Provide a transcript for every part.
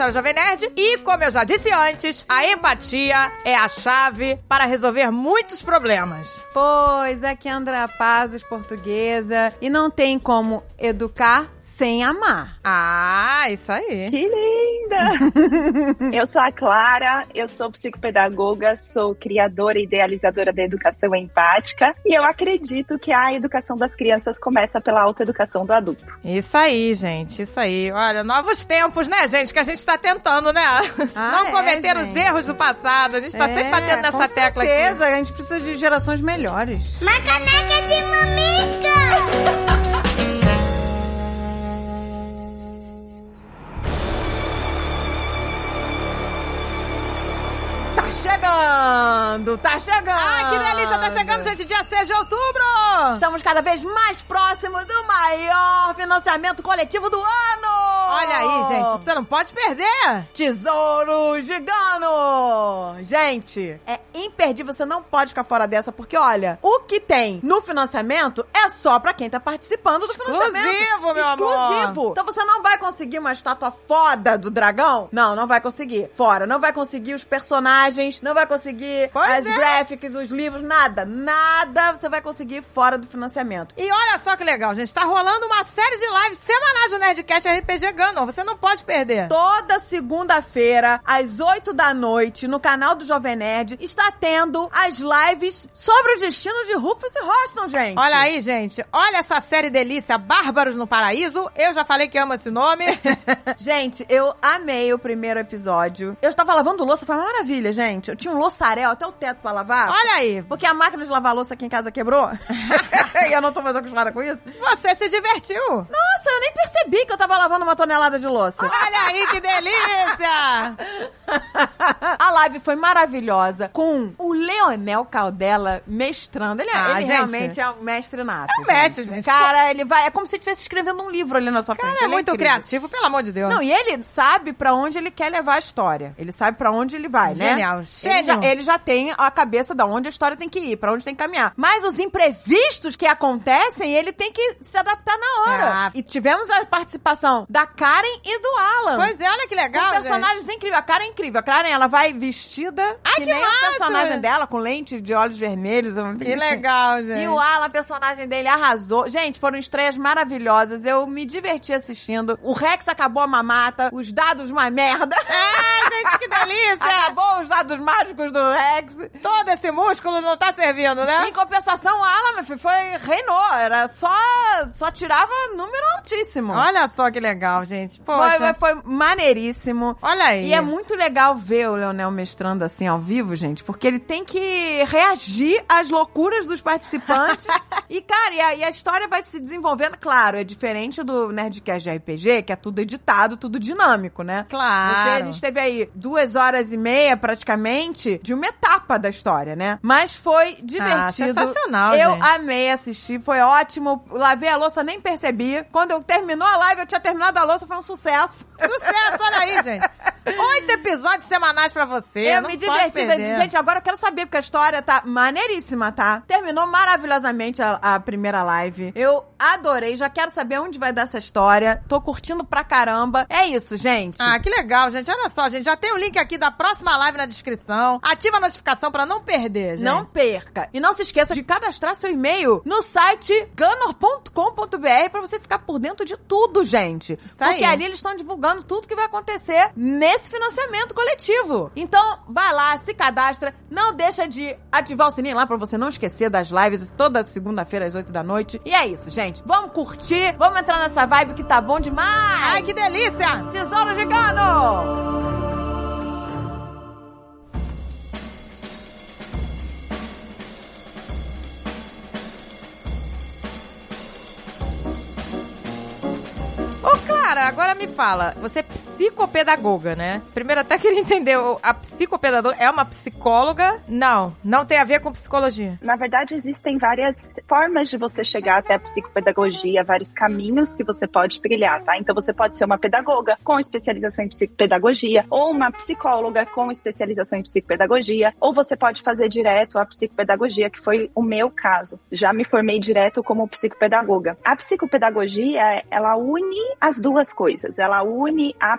Castelo Jovem Nerd. E, como eu já disse antes, a empatia é a chave para resolver muitos problemas. Pois, aqui é Andréa Pazos, portuguesa. E não tem como educar sem amar. Ah, isso aí. Que linda! Eu sou a Clara, eu sou psicopedagoga, sou criadora e idealizadora da educação empática e eu acredito que a educação das crianças começa pela autoeducação do adulto. Isso aí, gente, isso aí. Olha, novos tempos, né, gente, que a gente tá tentando, né? Não cometer os erros do passado. A gente tá sempre batendo nessa tecla aqui. Com certeza, a gente precisa de gerações melhores. Uma caneca de mamica! Tá chegando! Ai, que delícia, tá chegando, gente, dia 6 de outubro! Estamos cada vez mais próximos do maior financiamento coletivo do ano! Olha aí, gente, você não pode perder! Tesouro Gigano! Gente, é imperdível, você não pode ficar fora dessa, porque olha, o que tem no financiamento é só pra quem tá participando do financiamento. Exclusivo, meu amor! Exclusivo! Então você não vai conseguir uma estátua foda do dragão? Não vai conseguir. Fora, não vai conseguir os personagens, não vai conseguir as graphics, os livros, nada você vai conseguir fora do financiamento. E olha só que legal, gente, tá rolando uma série de lives semanais do Nerdcast RPG Ganon, você não pode perder. Toda segunda-feira, às 8 da noite, no canal do Jovem Nerd, está tendo as lives sobre o destino de Rufus e Houston, gente. Olha aí, gente, olha essa série delícia, Bárbaros no Paraíso, eu já falei que amo esse nome. Gente, eu amei o primeiro episódio. Eu estava lavando louça, foi uma maravilha, gente. Eu tinha um louçarel até o teto pra lavar. Olha aí. Porque a máquina de lavar louça aqui em casa quebrou. E eu não tô mais acostumada com isso. Você se divertiu. Nossa, eu nem percebi que eu tava lavando uma tonelada de louça. Olha aí, que delícia. A live foi maravilhosa, com o Leonel Caldela mestrando. Ele realmente é um mestre nato. É um mestre, gente. Cara, ele vai... É como se ele estivesse escrevendo um livro ali na sua frente. Cara, é muito criativo, pelo amor de Deus. Não, e ele sabe pra onde ele quer levar a história. Ele sabe pra onde ele vai, né? Genial. Ele já tem a cabeça da onde a história tem que ir, pra onde tem que caminhar. Mas os imprevistos que acontecem, ele tem que se adaptar na hora. E tivemos a participação da Karen e do Alan. Pois é, olha que legal, com personagens incríveis. A Karen é incrível. A Karen, ela vai vestida que nem o personagem dela, com lente de olhos vermelhos. Que legal, gente. E o Alan, a personagem dele, arrasou. Gente, foram estreias maravilhosas. Eu me diverti assistindo. O Rex acabou a mamata. Os dados, uma merda. Gente, que delícia. Acabou os dados mágicos do Rex. Todo esse músculo não tá servindo, né? Em compensação, o Alan, meu filho, reinou. Era só tirava número altíssimo. Olha só que legal, gente. Poxa. Foi maneiríssimo. Olha aí. E é muito legal ver o Leonel mestrando assim ao vivo, gente, porque ele tem que reagir às loucuras dos participantes. E, cara, e a história vai se desenvolvendo. Claro, é diferente do Nerdcast de RPG, que é tudo editado, tudo dinâmico, né? Claro. A gente teve aí 2h30, praticamente, de uma etapa da história, né? Mas foi divertido. Sensacional, Eu gente. amei assistir, foi ótimo. Lavei a louça, nem percebi. Quando eu terminou a live, eu tinha terminado a louça, foi um sucesso. Sucesso, olha aí, gente. 8 episódios semanais pra você. Eu me diverti. Gente, agora eu quero saber, porque a história tá maneiríssima, tá? Terminou maravilhosamente a primeira live. Eu adorei, já quero saber onde vai dar essa história. Tô curtindo pra caramba. É isso, gente. Que legal, gente. Olha só, gente, já tem o link aqui da próxima live na descrição. Ativa a notificação pra não perder, gente. Não perca. E não se esqueça de cadastrar seu e-mail no site ganor.com.br pra você ficar por dentro de tudo, gente. Porque ali eles estão divulgando tudo que vai acontecer nesse financiamento coletivo. Então, vai lá, se cadastra, não deixa de ativar o sininho lá pra você não esquecer das lives toda segunda-feira às 8 da noite. E é isso, gente. Vamos curtir, vamos entrar nessa vibe que tá bom demais. Ai, que delícia! Tesouro Gigano! Cara, agora me fala, você é psicopedagoga, né? Primeiro até queria entender, a psicopedagoga é uma psicóloga? Não tem a ver com psicologia. Na verdade, existem várias formas de você chegar até a psicopedagogia, vários caminhos que você pode trilhar, tá? Então você pode ser uma pedagoga com especialização em psicopedagogia, ou uma psicóloga com especialização em psicopedagogia, ou você pode fazer direto a psicopedagogia, que foi o meu caso. Já me formei direto como psicopedagoga. A psicopedagogia, ela une as duas coisas. Ela une a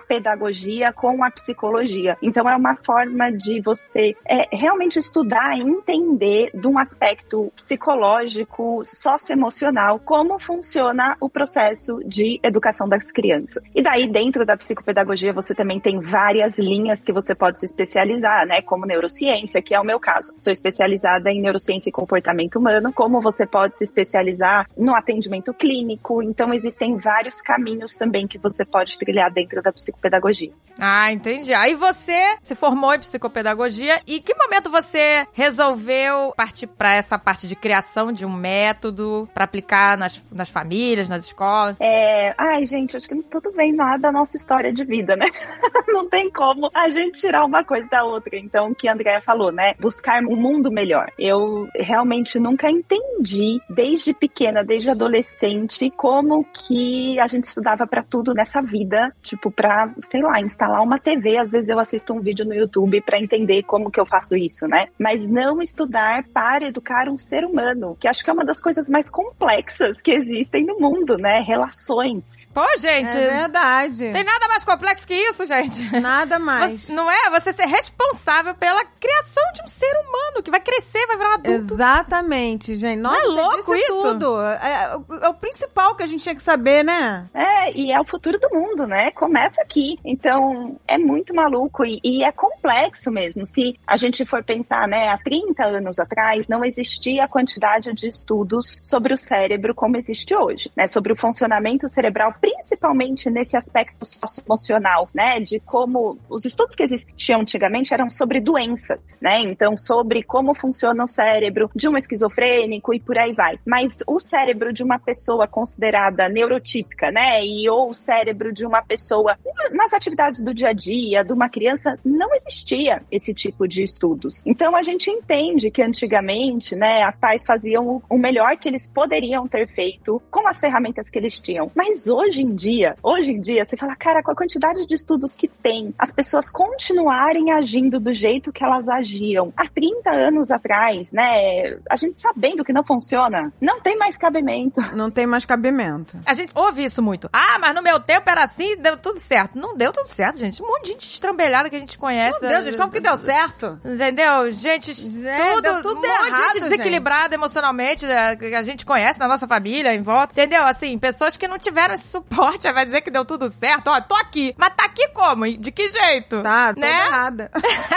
pedagogia com a psicologia. Então, é uma forma de você realmente estudar e entender de um aspecto psicológico, socioemocional, como funciona o processo de educação das crianças. E daí, dentro da psicopedagogia, você também tem várias linhas que você pode se especializar, né? Como neurociência, que é o meu caso. Sou especializada em neurociência e comportamento humano, como você pode se especializar no atendimento clínico. Então, existem vários caminhos também que você pode trilhar dentro da psicopedagogia. Ah, entendi. Aí você se formou em psicopedagogia e que momento você resolveu partir para essa parte de criação de um método para aplicar nas famílias, nas escolas? Ai, gente, acho que tudo vem lá da nossa história de vida, né? Não tem como a gente tirar uma coisa da outra. Então, o que a Andrea falou, né? Buscar um mundo melhor. Eu realmente nunca entendi, desde pequena, desde adolescente, como que a gente estudava pra tudo nessa vida, tipo, pra, sei lá, instalar uma TV. Às vezes eu assisto um vídeo no YouTube pra entender como que eu faço isso, né? Mas não estudar para educar um ser humano, que acho que é uma das coisas mais complexas que existem no mundo, né? Relações. Pô, gente. É verdade. Tem nada mais complexo que isso, gente. Nada mais. Não é? Você ser responsável pela criação de um ser humano que vai crescer, vai virar um adulto. Exatamente, gente. Nossa, não é louco isso? Tudo. É o principal que a gente tinha que saber, né? E é o futuro do mundo, né? Começa aqui. Então, é muito maluco e é complexo mesmo. Se a gente for pensar, né, há 30 anos atrás, não existia a quantidade de estudos sobre o cérebro como existe hoje, né? Sobre o funcionamento cerebral, principalmente nesse aspecto socioemocional, né? De como os estudos que existiam antigamente eram sobre doenças, né? Então, sobre como funciona o cérebro de um esquizofrênico e por aí vai. Mas o cérebro de uma pessoa considerada neurotípica, né? Ou o cérebro de uma pessoa nas atividades do dia a dia, de uma criança, não existia esse tipo de estudos. Então, a gente entende que antigamente, né, os pais faziam o melhor que eles poderiam ter feito com as ferramentas que eles tinham. Mas hoje em dia, você fala, cara, com a quantidade de estudos que tem, as pessoas continuarem agindo do jeito que elas agiam há 30 anos atrás, né? A gente sabendo que não funciona, não tem mais cabimento. Não tem mais cabimento. A gente ouve isso muito. Ah, mas no meu tempo era assim, deu tudo certo. Não deu tudo certo, gente. Um monte de gente estrambelhada que a gente conhece. Meu Deus, gente, como que deu certo? Entendeu? Gente, deu tudo um monte de gente desequilibrada emocionalmente, que a gente conhece na nossa família, em volta. Entendeu? Assim, pessoas que não tiveram esse suporte, aí vai dizer que deu tudo certo. Ó, tô aqui. Mas tá aqui como? De que jeito? Tá, né? errada.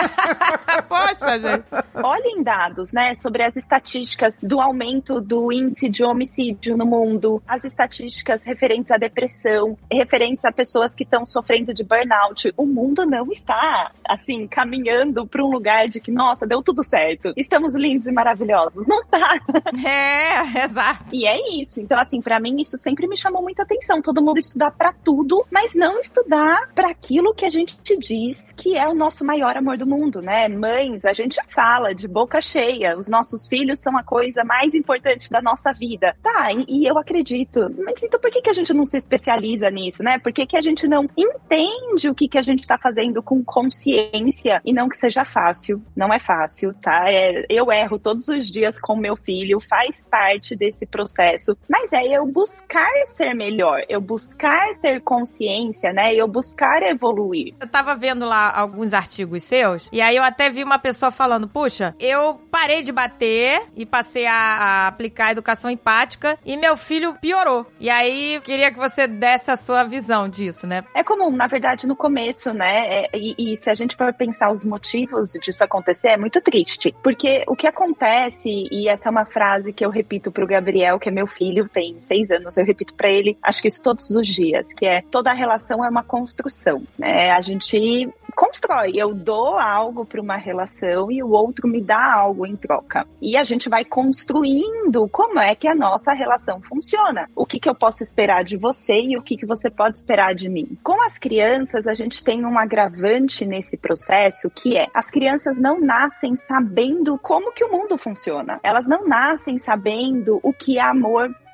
Poxa, gente. Olhem dados, né, sobre as estatísticas do aumento do índice de homicídio no mundo, as estatísticas referentes à depressão, referentes a pessoas que estão sofrendo de burnout. O mundo não está, assim, caminhando para um lugar de que, nossa, deu tudo certo, estamos lindos e maravilhosos. Não tá. Exato. E é isso. Então, assim, pra mim, isso sempre me chamou muita atenção. Todo mundo estudar pra tudo, mas não estudar pra aquilo que a gente te diz que é o nosso maior amor do mundo, né? Mães, a gente fala de boca cheia, os nossos filhos são a coisa mais importante da nossa vida. Tá, e eu acredito. Mas então por que a gente não se especializa nisso, né? Por que a gente não entende o que a gente tá fazendo com consciência e não que seja fácil? Não é fácil, tá? Eu erro todos os dias com meu filho, faz parte desse processo, mas eu buscar ser melhor, eu buscar ter consciência, né? Eu buscar evoluir. Eu tava vendo lá alguns artigos seus, e aí eu até vi uma pessoa falando, puxa, eu parei de bater e passei a aplicar a educação empática e meu filho piorou. E aí, queria que você desse a sua visão disso, né? É comum, na verdade, no começo, né? E se a gente for pensar os motivos disso acontecer, é muito triste. Porque o que acontece, e essa é uma frase que eu repito pro Gabriel, que é meu filho, tem 6 anos, eu repito pra ele, acho que isso todos os dias, que é, toda relação é uma construção, né? A gente constrói, eu dou algo para uma relação e o outro me dá algo em troca. E a gente vai construindo como é que a nossa relação funciona. O que eu posso esperar de você e o que você pode esperar de mim. Com as crianças, a gente tem um agravante nesse processo, que é, as crianças não nascem sabendo como que o mundo funciona. Elas não nascem sabendo o que é amor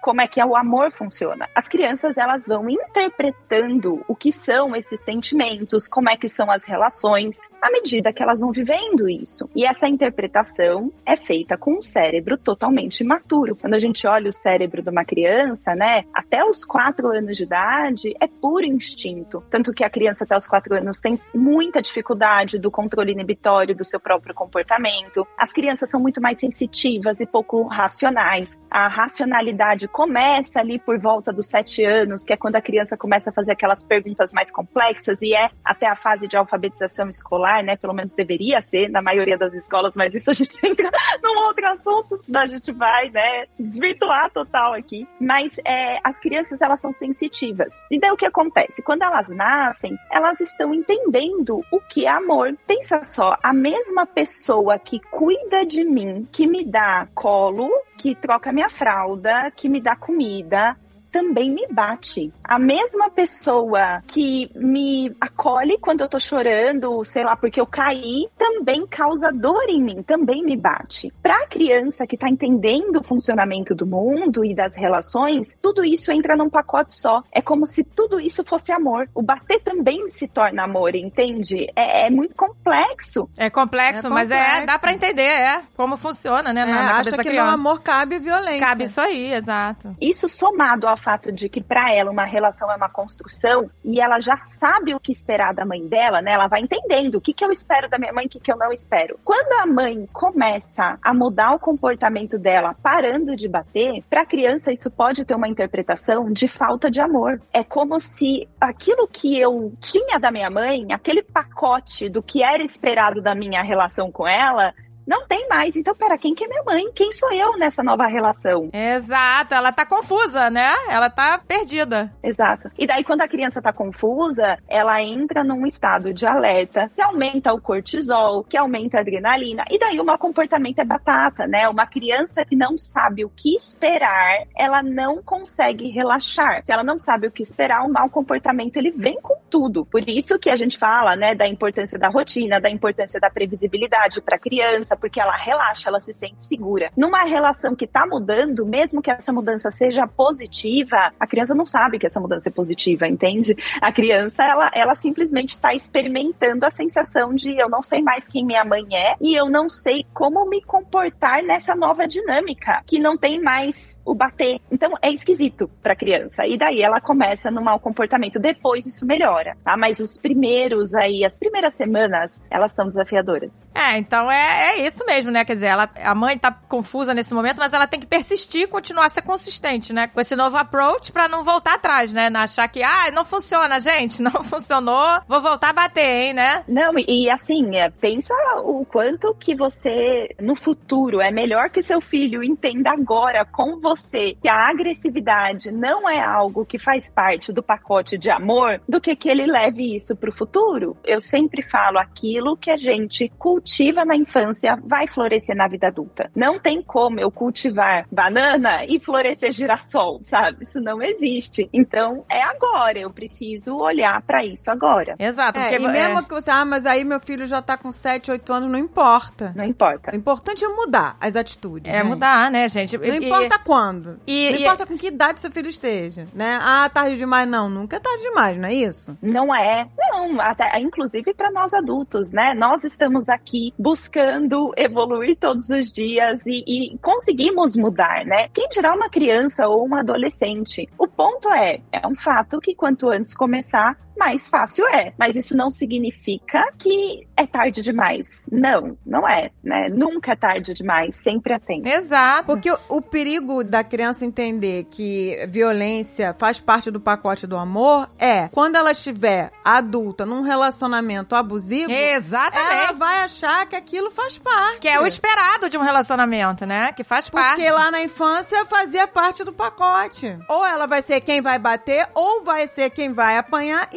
como é que o amor funciona. As crianças, elas vão interpretando o que são esses sentimentos, como é que são as relações, à medida que elas vão vivendo isso. E essa interpretação é feita com um cérebro totalmente imaturo. Quando a gente olha o cérebro de uma criança, né, até os 4 anos de idade, é puro instinto. Tanto que a criança até os 4 anos tem muita dificuldade do controle inibitório do seu próprio comportamento. As crianças são muito mais sensitivas e pouco racionais. A racionalidade começa ali por volta dos 7 anos, que é quando a criança começa a fazer aquelas perguntas mais complexas, e é até a fase de alfabetização escolar, né? Pelo menos deveria ser na maioria das escolas, mas isso a gente entra num outro assunto, a gente vai, né, desvirtuar total aqui. Mas as crianças, elas são sensitivas. E daí o que acontece? Quando elas nascem, elas estão entendendo o que é amor. Pensa só, a mesma pessoa que cuida de mim, que me dá colo, que troca minha fralda, que me dá comida, também me bate. A mesma pessoa que me acolhe quando eu tô chorando, sei lá, porque eu caí, também causa dor em mim, também me bate. Pra criança que tá entendendo o funcionamento do mundo e das relações, tudo isso entra num pacote só. É como se tudo isso fosse amor. O bater também se torna amor, entende? É muito complexo. É complexo, mas dá pra entender, como funciona, né? Na cabeça da criança. No amor cabe violência. Cabe isso aí, exato. Isso somado ao fato de que pra ela uma relação é uma construção e ela já sabe o que esperar da mãe dela, né? Ela vai entendendo o que eu espero da minha mãe, o que eu não espero. Quando a mãe começa a mudar o comportamento dela, parando de bater, pra criança isso pode ter uma interpretação de falta de amor. É como se aquilo que eu tinha da minha mãe, aquele pacote do que era esperado da minha relação com ela, não tem mais. Então, pera, quem que é minha mãe? Quem sou eu nessa nova relação? Exato, ela tá confusa, né? Ela tá perdida. Exato. E daí, quando a criança tá confusa, ela entra num estado de alerta, que aumenta o cortisol, que aumenta a adrenalina, e daí o mau comportamento é batata, né? Uma criança que não sabe o que esperar, ela não consegue relaxar. Se ela não sabe o que esperar, o mau comportamento, ele vem com tudo. Por isso que a gente fala, né, da importância da rotina, da importância da previsibilidade pra criança, porque ela relaxa, ela se sente segura. Numa relação que tá mudando, mesmo que essa mudança seja positiva, a criança não sabe que essa mudança é positiva, entende? A criança, ela simplesmente tá experimentando a sensação de eu não sei mais quem minha mãe é e eu não sei como me comportar nessa nova dinâmica, que não tem mais o bater. Então, é esquisito pra criança. E daí ela começa no mau comportamento. Depois isso melhora, tá? Mas as primeiras semanas, elas são desafiadoras. Então é isso mesmo, né? Quer dizer, a mãe tá confusa nesse momento, mas ela tem que persistir e continuar a ser consistente, né? Com esse novo approach pra não voltar atrás, né? Não achar que, não funciona, gente, não funcionou, vou voltar a bater, hein, né? Não, e assim, pensa o quanto que você, no futuro, é melhor que seu filho entenda agora com você que a agressividade não é algo que faz parte do pacote de amor, do que ele leve isso pro futuro. Eu sempre falo, aquilo que a gente cultiva na infância vai florescer na vida adulta. Não tem como eu cultivar banana e florescer girassol, sabe? Isso não existe. Então, é agora. Eu preciso olhar pra isso agora. Exato. Porque mesmo que você... mas aí meu filho já tá com 7, 8 anos, não importa. Não importa. O importante é mudar as atitudes. Mudar, né, gente? Não importa quando. Não importa com que idade seu filho esteja, né? Tarde demais. Não, nunca é tarde demais, não é isso? Não é. Não, até, inclusive pra nós adultos, né? Nós estamos aqui buscando evoluir todos os dias e conseguimos mudar, né? Quem dirá uma criança ou uma adolescente? O ponto é um fato que quanto antes começar, mais fácil é. Mas isso não significa que é tarde demais. Não é, né? Nunca é tarde demais, sempre é tempo. Exato. Porque o perigo da criança entender que violência faz parte do pacote do amor é quando ela estiver adulta num relacionamento abusivo, exatamente, ela vai achar que aquilo faz parte. Que é o esperado de um relacionamento, né? Que faz parte. Porque lá na infância fazia parte do pacote. Ou ela vai ser quem vai bater, ou vai ser quem vai apanhar e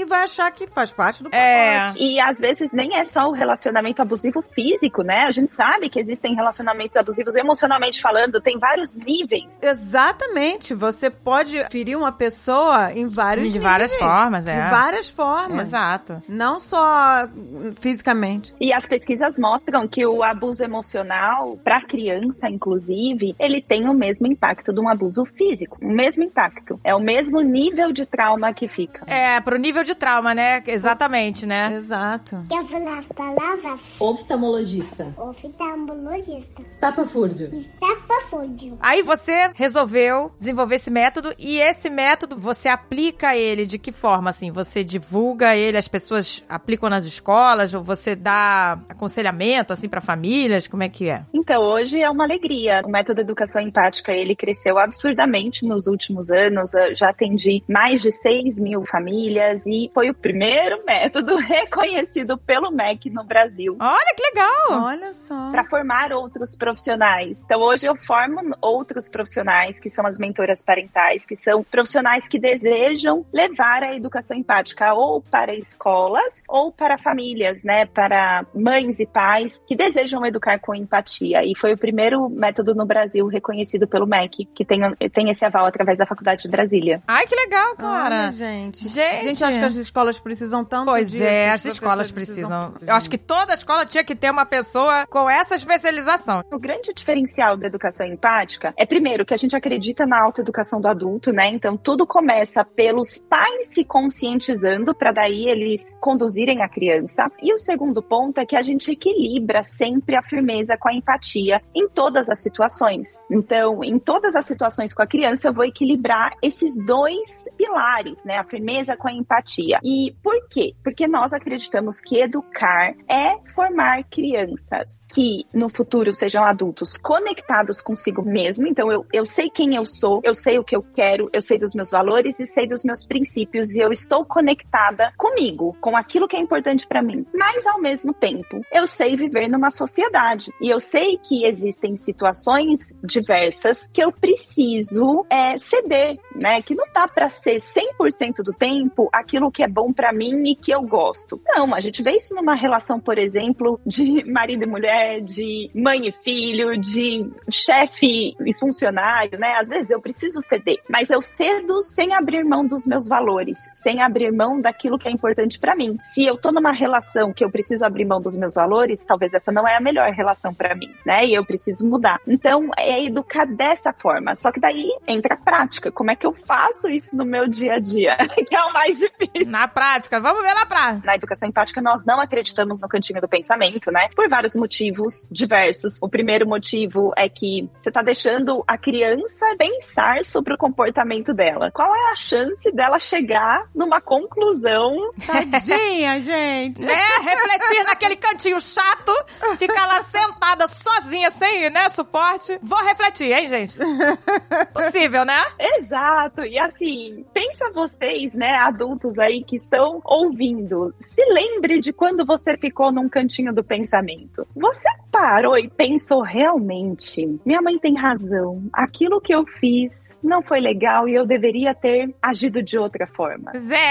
vai achar que faz parte do pacote. E às vezes nem é só o relacionamento abusivo físico, né? A gente sabe que existem relacionamentos abusivos emocionalmente falando, tem vários níveis. Exatamente. Você pode ferir uma pessoa em vários níveis. De várias formas, De várias formas. Exato. Não só fisicamente. E as pesquisas mostram que o abuso emocional, para criança, inclusive, ele tem o mesmo impacto de um abuso físico. O mesmo impacto. É o mesmo nível de trauma que fica. Pro nível de trauma, né? Exatamente, né? Exato. Quer falar as palavras? Oftalmologista. Oftalmologista. Estapafúrdio. Estapafúrdio. Aí você resolveu desenvolver esse método e esse método você aplica ele de que forma, assim? Você divulga ele, as pessoas aplicam nas escolas ou você dá aconselhamento, assim, para famílias? Como é que é? Então, hoje é uma alegria. O método Educação Empática, ele cresceu absurdamente nos últimos anos. Eu já atendi mais de 6.000 famílias e foi o primeiro método reconhecido pelo MEC no Brasil. Olha que legal! Olha só. Para formar outros profissionais. Então, hoje eu formo outros profissionais, que são as mentoras parentais, que são profissionais que desejam levar a educação empática ou para escolas ou para famílias, né? Para mães e pais que desejam educar com empatia. E foi o primeiro método no Brasil reconhecido pelo MEC, que tem esse aval através da Faculdade de Brasília. Ai, que legal, cara! Olha, gente. Gente, acho que as escolas precisam tanto Pois disso. as escolas precisam. Eu acho que toda escola tinha que ter uma pessoa com essa especialização. O grande diferencial da educação empática é, primeiro, que a gente acredita na autoeducação do adulto, né? Então, tudo começa pelos pais se conscientizando para daí eles conduzirem a criança. E o segundo ponto é que a gente equilibra sempre a firmeza com a empatia em todas as situações. Então, em todas as situações com a criança, eu vou equilibrar esses dois pilares, né? A firmeza com a empatia. E por quê? Porque nós acreditamos que educar é formar crianças que no futuro sejam adultos conectados consigo mesmo. Então, eu sei quem eu sou, eu sei o que eu quero, eu sei dos meus valores e sei dos meus princípios e eu estou conectada comigo, com aquilo que é importante para mim. Mas, ao mesmo tempo, eu sei viver numa sociedade e eu sei que existem situações diversas que eu preciso ceder, né? Que não dá para ser 100% do tempo aquilo que é bom para mim e que eu gosto. Não, a gente vê isso numa relação, por exemplo, de marido e mulher, de mãe e filho, de chefe e funcionário, né? Às vezes eu preciso ceder, mas eu cedo sem abrir mão dos meus valores, sem abrir mão daquilo que é importante pra mim. Se eu tô numa relação que eu preciso abrir mão dos meus valores, talvez essa não é a melhor relação pra mim, né? E eu preciso mudar. Então, é educar dessa forma. Só que daí entra a prática. Como é que eu faço isso no meu dia a dia? Que é o mais difícil. Na prática, vamos ver na prática. Na educação empática, nós não acreditamos no cantinho do pensamento, né? Por vários motivos diversos. O primeiro motivo é que você tá deixando a criança pensar sobre o comportamento dela. Qual é a chance dela chegar numa conclusão? Tadinha, gente. Refletir naquele cantinho chato, ficar lá sentada sozinha, sem, né, suporte. Vou refletir, hein, gente? Possível, né? Exato. E assim, pensa vocês, né, adultos aí que estão ouvindo. Se lembre de quando você ficou num cantinho do pensamento. Você parou e pensou realmente, minha mãe tem razão, aquilo que eu fiz não foi legal e eu deveria ter agido de outra forma.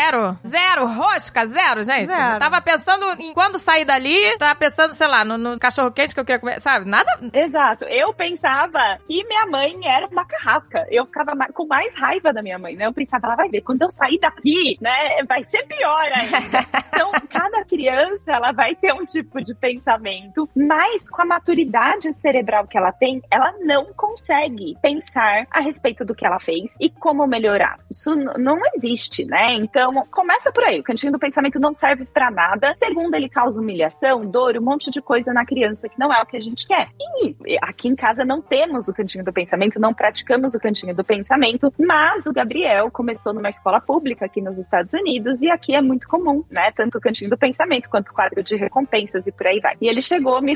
Zero, rosca, zero, gente. Zero. Eu tava pensando em quando sair dali, tava pensando, sei lá, no cachorro quente que eu queria comer, sabe? Nada. Exato. Eu pensava que minha mãe era uma carrasca. Eu ficava com mais raiva da minha mãe, né? Eu pensava, ela vai ver, quando eu sair daqui, né, vai ser pior ainda. Então, cada criança, ela vai ter um tipo de pensamento, mas com a maturidade cerebral que ela tem, ela não consegue pensar a respeito do que ela fez e como melhorar. Isso não existe, né? Então, começa por aí. O cantinho do pensamento não serve pra nada. Segundo, ele causa humilhação, dor, um monte de coisa na criança que não é o que a gente quer. E aqui em casa não temos o cantinho do pensamento, não praticamos o cantinho do pensamento, mas o Gabriel começou numa escola pública aqui nos Estados Unidos e aqui é muito comum, né? Tanto o cantinho do pensamento quanto o quadro de recompensas e por aí vai. E ele chegou me falando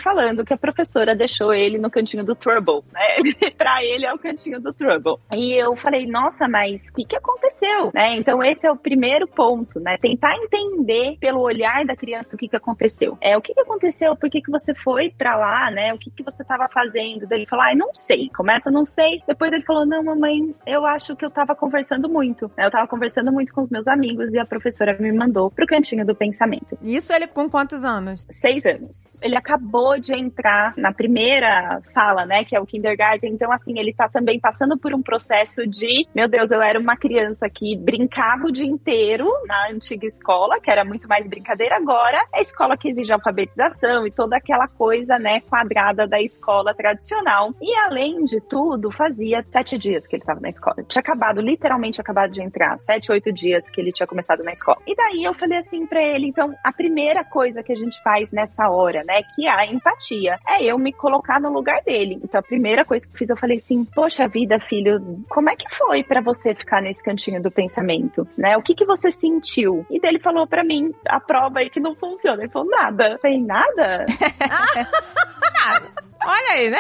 que a professora deixou ele no cantinho do Trouble, né? Pra ele é o cantinho do Trouble. E eu falei, nossa, mas o que aconteceu? Né? Então esse é o primeiro ponto, né? Tentar entender pelo olhar da criança o que aconteceu. O que aconteceu? Por que você foi pra lá, né? O que você tava fazendo? Daí ele falou, não sei. Começa, não sei. Depois ele falou, não, mamãe, eu acho que eu tava conversando muito. Eu tava conversando muito com os meus amigos e a professora me mandou pro cantinho do pensamento. Isso ele com quantos anos? 6 anos. Ele acabou de entrar na primeira sala, né? Que é o kindergarten. Então, assim, ele tá também passando por um processo de, meu Deus, eu era uma criança que brincava o dia inteiro na antiga escola, que era muito mais brincadeira. Agora é a escola que exige alfabetização e toda aquela coisa, né, quadrada da escola tradicional. E além de tudo, fazia 7 dias que ele estava na escola. Tinha literalmente acabado de entrar. 7, 8 dias que ele tinha começado na escola. E daí eu falei assim pra ele, então, a primeira coisa que a gente faz nessa hora, né, que é a empatia, é eu me colocar no lugar dele. Então, a primeira coisa que eu fiz, eu falei assim, poxa vida, filho, como é que foi pra você ficar nesse cantinho do pensamento, né? O que você sentiu? E daí ele falou pra mim, a prova aí que não funciona. Ele falou, nada. Eu falei, nada? Nada. Olha aí, né?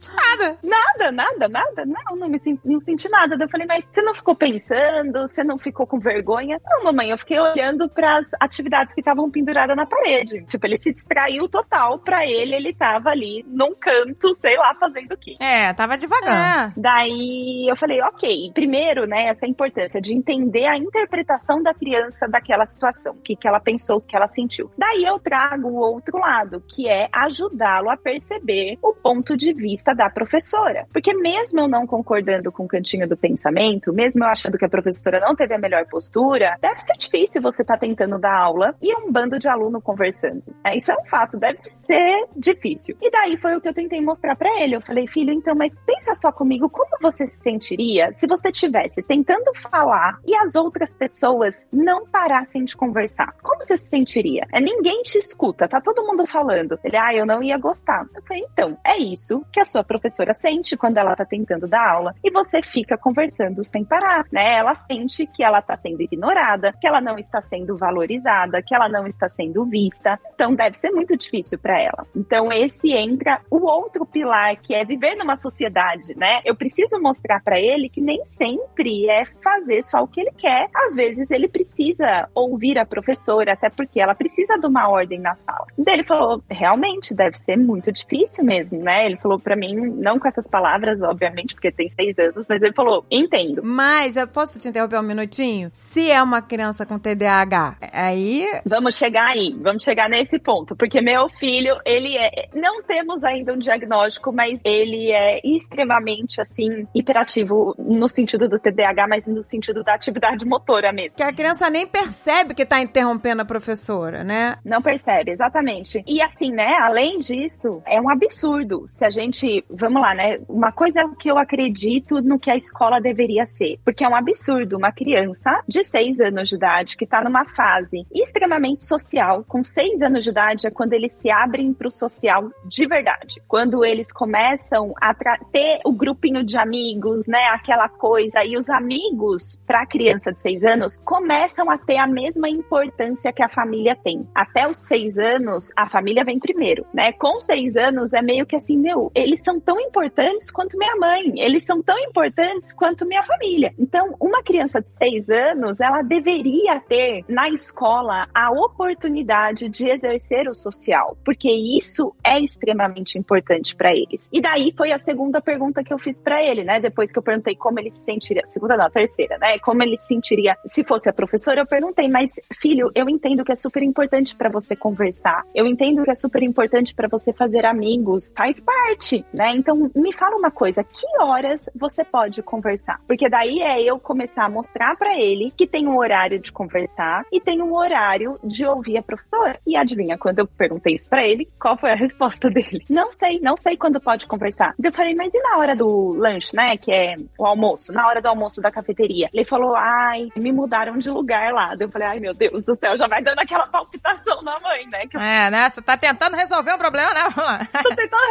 Nada. Não senti nada. Daí eu falei, mas você não ficou pensando? Você não ficou com vergonha? Não, mamãe, eu fiquei olhando pras atividades que estavam penduradas na parede. Tipo, ele se distraiu total. Pra ele tava ali num canto, sei lá, fazendo o quê. Tava devagar. Daí eu falei, ok. Primeiro, né, essa importância de entender a interpretação da criança daquela situação. O que ela pensou, o que ela sentiu. Daí eu trago o outro lado, que é ajudá-lo a perceber o ponto de vista da professora. Porque mesmo eu não concordando com o cantinho do pensamento, mesmo eu achando que a professora não teve a melhor postura, deve ser difícil você estar tentando dar aula e um bando de aluno conversando. Isso é um fato, deve ser difícil. E daí foi o que eu tentei mostrar pra ele. Eu falei, filho, então, mas pensa só comigo, como você se sentiria se você estivesse tentando falar e as outras pessoas não parassem de conversar? Como você se sentiria? Ninguém te escuta, tá todo mundo falando. Ele, eu não ia gostar. Eu falei, então, é isso que a sua professora sente quando ela tá tentando dar aula e você fica conversando sem parar, né? Ela sente que ela tá sendo ignorada, que ela não está sendo valorizada, que ela não está sendo vista. Então, deve ser muito difícil pra ela. Então, esse entra o outro pilar, que é viver numa sociedade, né? Eu preciso mostrar pra ele que nem sempre é fazer só o que ele quer. Às vezes, ele precisa ouvir a professora, até porque ela precisa de uma ordem na sala. Daí ele falou, realmente, deve ser muito difícil mesmo, né? Ele falou pra mim, não com essas palavras, obviamente, porque tem 6 anos, mas ele falou, entendo. Mas, eu posso te interromper um minutinho? Se é uma criança com TDAH, aí... Vamos chegar nesse ponto, porque meu filho, ele não temos ainda um diagnóstico, mas ele é extremamente, assim, hiperativo no sentido do TDAH, mas no sentido da atividade motora mesmo. Que a criança nem percebe que tá interrompendo a professora, né? Não percebe, exatamente. E assim, né, além disso, é um absurdo se a gente, vamos lá, né, uma coisa é o que eu acredito no que a escola deveria ser, porque é um absurdo uma criança de 6 anos de idade que tá numa fase extremamente social, com 6 anos de idade é quando eles se abrem pro social de verdade, quando eles começam a ter o grupinho de amigos, né, aquela coisa, e os amigos pra criança de 6 anos começam a ter a mesma importância que a família tem. Até os 6 anos, a família vem primeiro, né, com 6 anos é meio que assim, eles são tão importantes quanto minha mãe, eles são tão importantes quanto minha família. Então, uma criança de 6 anos, ela deveria ter na escola a oportunidade de exercer o social, porque isso é extremamente importante para eles. E daí foi a segunda pergunta que eu fiz para ele, né? Depois que eu perguntei como ele se sentiria, a terceira, né? Como ele se sentiria se fosse a professora, eu perguntei, mas filho, eu entendo que é super importante para você conversar, eu entendo que é super importante para você fazer amigos, faz parte, né? Então, me fala uma coisa, que horas você pode conversar? Porque daí é eu começar a mostrar pra ele que tem um horário de conversar e tem um horário de ouvir a professora. E adivinha, quando eu perguntei isso pra ele, qual foi a resposta dele? Não sei quando pode conversar. Eu falei, mas e na hora do lanche, né? Que é o almoço, na hora do almoço da cafeteria? Ele falou, me mudaram de lugar lá. Eu falei, meu Deus do céu, já vai dando aquela palpitação na mãe, né? Né? Você tá tentando resolver um problema, né? Tô tentando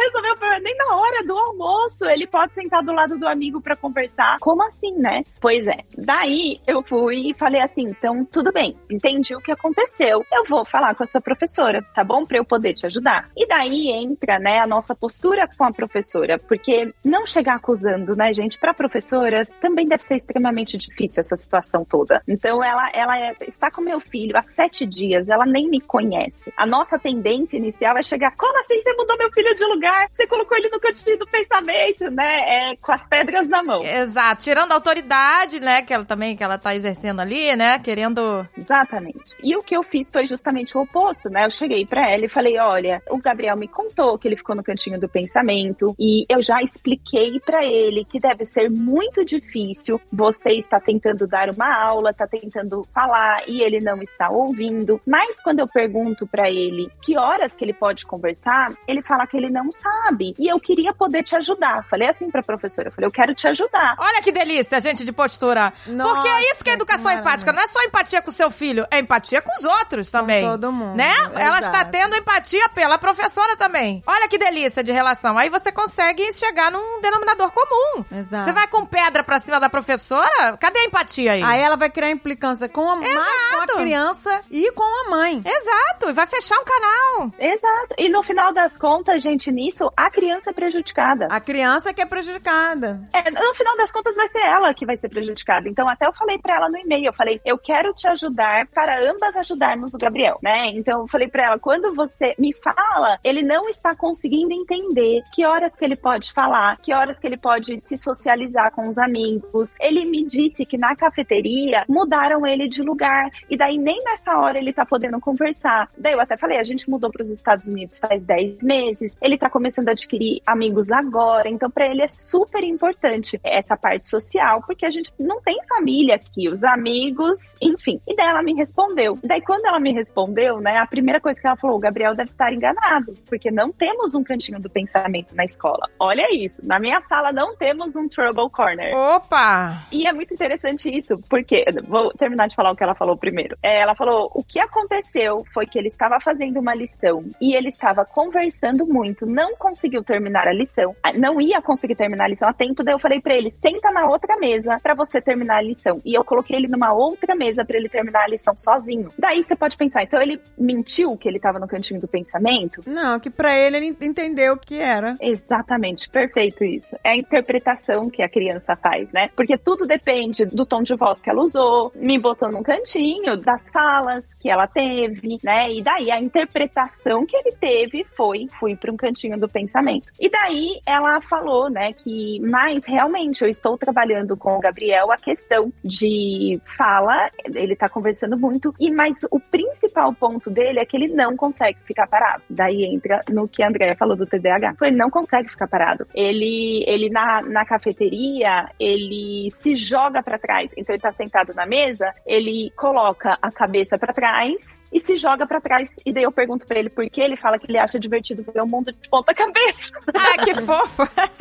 resolver o problema. Nem na hora do almoço ele pode sentar do lado do amigo pra conversar. Como assim, né? Pois é. Daí eu fui e falei assim, então tudo bem, entendi o que aconteceu. Eu vou falar com a sua professora, tá bom? Pra eu poder te ajudar. E daí entra, né, a nossa postura com a professora, porque não chegar acusando, né, gente, pra professora também deve ser extremamente difícil essa situação toda. Então ela está com meu filho há 7 dias, ela nem me conhece. A nossa tendência inicial é chegar, como assim você mudou meu filho de lugar? Você colocou ele no cantinho do pensamento, né? Com as pedras na mão. Exato, tirando a autoridade, né, que ela tá exercendo ali, né, querendo... Exatamente. E o que eu fiz foi justamente o oposto, né? Eu cheguei pra ela e falei, olha, o Gabriel me contou que ele ficou no cantinho do pensamento e eu já expliquei pra ele que deve ser muito difícil, você está tentando dar uma aula, tá tentando falar e ele não está ouvindo, mas quando eu pergunto pra ele que horas que ele pode conversar, ele fala que ele não sabe e eu queria poder te ajudar. Falei assim pra professora, eu falei, eu quero te ajudar. Olha que delícia, gente, de postura. Nossa, porque é isso que é educação empática, não é só empatia com o seu filho, é empatia com os outros também. Com todo mundo. Né? Ela Exato. está tendo empatia pela professora também. Olha que delícia de relação. Aí você consegue chegar num denominador comum. Exato. Você vai com pedra pra cima da professora, cadê a empatia aí? Aí ela vai criar implicância com a mãe, com a criança e com a mãe. Exato, e vai fechar um canal. Exato. E no final das contas, gente, nisso, a criança é prejudicada. A criança que é prejudicada. No final das contas vai ser ela que vai ser prejudicada. Então até eu falei pra ela no e-mail, eu falei, eu quero te ajudar para ambas ajudarmos o Gabriel, né? Então eu falei pra ela, quando você me fala, ele não está conseguindo entender que horas que ele pode falar, que horas que ele pode se socializar com os amigos. Ele me disse que na cafeteria mudaram ele de lugar e daí nem nessa hora ele tá podendo conversar. Daí eu até falei, a gente mudou pros Estados Unidos faz 10 meses, ele tá começando a adquirir amigos agora, então pra ele é super importante essa parte social, porque a gente não tem família aqui, os amigos, enfim. E daí ela me respondeu. Daí quando ela me respondeu, né, a primeira coisa que ela falou, o Gabriel deve estar enganado, porque não temos um cantinho do pensamento na escola. Olha isso, na minha sala não temos um Trouble Corner. Opa! E é muito interessante isso, porque, vou terminar de falar o que ela falou primeiro. Ela falou, o que aconteceu foi que ele estava fazendo uma lição e ele estava conversando muito, não conseguiu terminar a lição, não ia conseguir terminar a lição a tempo, daí eu falei pra ele, senta na outra mesa pra você terminar a lição. E eu coloquei ele numa outra mesa pra ele terminar a lição sozinho. Daí você pode pensar, então ele mentiu que ele tava no cantinho do pensamento? Não, que pra ele entendeu o que era. Exatamente, perfeito isso. É a interpretação que a criança faz, né? Porque tudo depende do tom de voz que ela usou, me botou num cantinho, das falas que ela teve, né? E daí a interpretação que ele teve fui pra um cantinho do pensamento. E daí ela falou, né, que mas realmente eu estou trabalhando com o Gabriel a questão de fala, ele tá conversando muito, mas o principal ponto dele é que ele não consegue ficar parado. Daí entra no que a Andréia falou do TDAH. Ele não consegue ficar parado. Ele na cafeteria, ele se joga pra trás. Então ele tá sentado na mesa, ele coloca a cabeça pra trás e se joga pra trás. E daí eu pergunto pra ele por que ele fala que ele acha divertido ver o mundo de ponta cabeça. Ah, que fofo!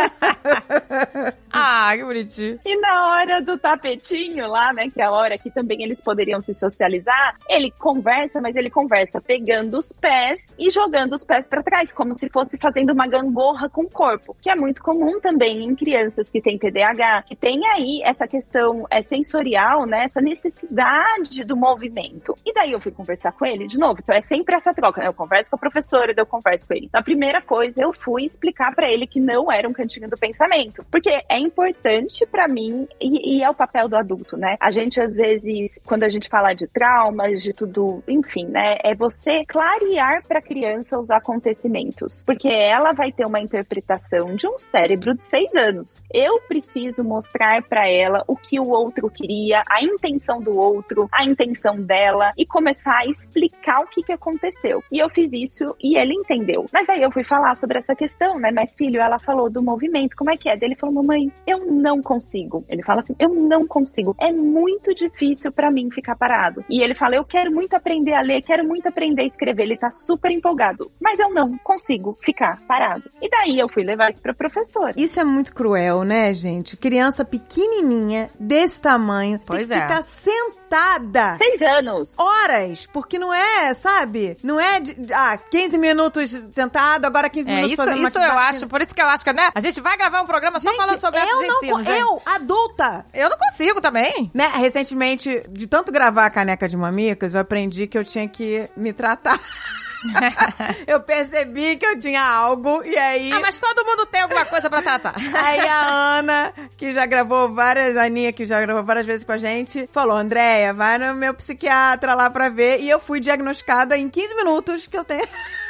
Ah, que bonitinho. E na hora do tapetinho lá, né, que é a hora que também eles poderiam se socializar, ele conversa, mas ele conversa pegando os pés e jogando os pés pra trás, como se fosse fazendo uma gangorra com o corpo, que é muito comum também em crianças que têm TDAH, que tem aí essa questão sensorial, né, essa necessidade do movimento. E daí eu fui conversar com ele de novo, então é sempre essa troca, né? Eu converso com a professora, daí eu converso com ele. A primeira coisa, eu fui explicar pra ele que não era um cantinho do pensamento, porque é importante pra mim, e é o papel do adulto, né? A gente, às vezes, quando a gente fala de traumas, de tudo, enfim, né? É você clarear pra criança os acontecimentos, porque ela vai ter uma interpretação de um cérebro de 6 anos. Eu preciso mostrar pra ela o que o outro queria, a intenção do outro, a intenção dela, e começar a explicar o que aconteceu. E eu fiz isso e ele entendeu. Mas aí eu fui falar sobre essa questão, né? Mas filho, ela falou do movimento, como é que é? Daí ele falou, mamãe, eu não consigo. Ele fala assim, eu não consigo. É muito difícil pra mim ficar parado. E ele fala, eu quero muito aprender a ler, quero muito aprender a escrever. Ele tá super empolgado. Mas eu não consigo ficar parado. E daí eu fui levar isso pra professora. Isso é muito cruel, né, gente? Criança pequenininha, desse tamanho, Pois tem que é. ficar sentada sentada. 6 anos. Horas, porque não é, sabe? Não é 15 minutos sentado, agora 15 minutos fazendo uma atividade. Eu acho, por isso que eu acho que, né, a gente vai gravar um programa só falando sobre eu, adulta. Eu não consigo também. Né, recentemente, de tanto gravar a Caneca de Mamicas, eu aprendi que eu tinha que me tratar. Eu percebi que eu tinha algo e aí... mas todo mundo tem alguma coisa pra tratar. Aí a Ana, que já gravou a Aninha, que já gravou várias vezes com a gente, falou, Andréia, vai no meu psiquiatra lá pra ver. E eu fui diagnosticada em 15 minutos que eu tenho...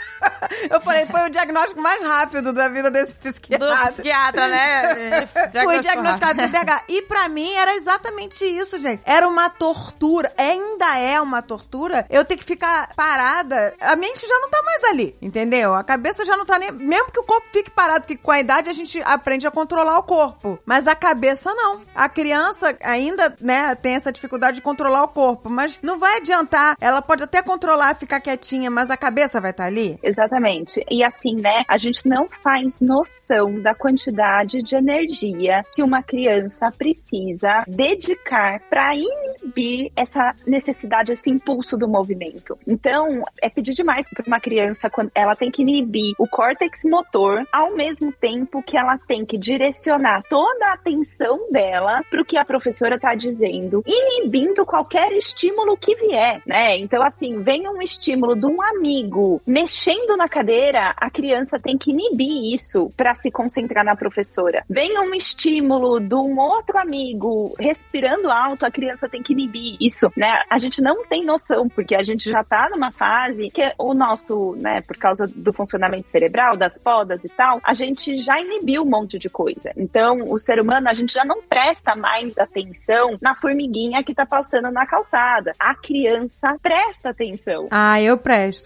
Eu falei, foi o diagnóstico mais rápido da vida desse psiquiatra. Do psiquiatra, né? Fui diagnosticado com TDAH. E pra mim era exatamente isso, gente. Era uma tortura. Ainda é uma tortura. Eu ter que ficar parada. A mente já não tá mais ali, entendeu? A cabeça já não tá nem... Mesmo que o corpo fique parado, porque com a idade a gente aprende a controlar o corpo. Mas a cabeça não. A criança ainda, né, tem essa dificuldade de controlar o corpo. Mas não vai adiantar. Ela pode até controlar, ficar quietinha, mas a cabeça vai estar ali. Exatamente. E assim, né, a gente não faz noção da quantidade de energia que uma criança precisa dedicar para inibir essa necessidade, esse impulso do movimento. Então, é pedir demais para uma criança quando ela tem que inibir o córtex motor, ao mesmo tempo que ela tem que direcionar toda a atenção dela para o que a professora está dizendo, inibindo qualquer estímulo que vier, né? Então, assim, vem um estímulo de um amigo mexendo na cadeira, a criança tem que inibir isso para se concentrar na professora. Vem um estímulo de um outro amigo respirando alto, a criança tem que inibir isso, né? A gente não tem noção, porque a gente já tá numa fase que o nosso, né, por causa do funcionamento cerebral, das podas e tal, a gente já inibiu um monte de coisa. Então, o ser humano, a gente já não presta mais atenção na formiguinha que tá passando na calçada. A criança presta atenção. Eu presto.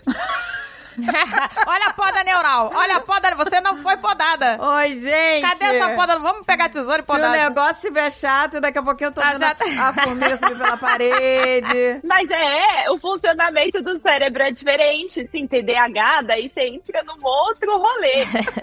Olha a poda neural. Olha a poda. Você não foi podada. Oi, gente. Cadê essa poda? Vamos pegar a tesoura e podar. Se o negócio estiver chato, daqui a pouquinho eu tô vendo a formiga subir pela parede. Mas o funcionamento do cérebro é diferente. Se em TDAH, daí você entra num outro rolê.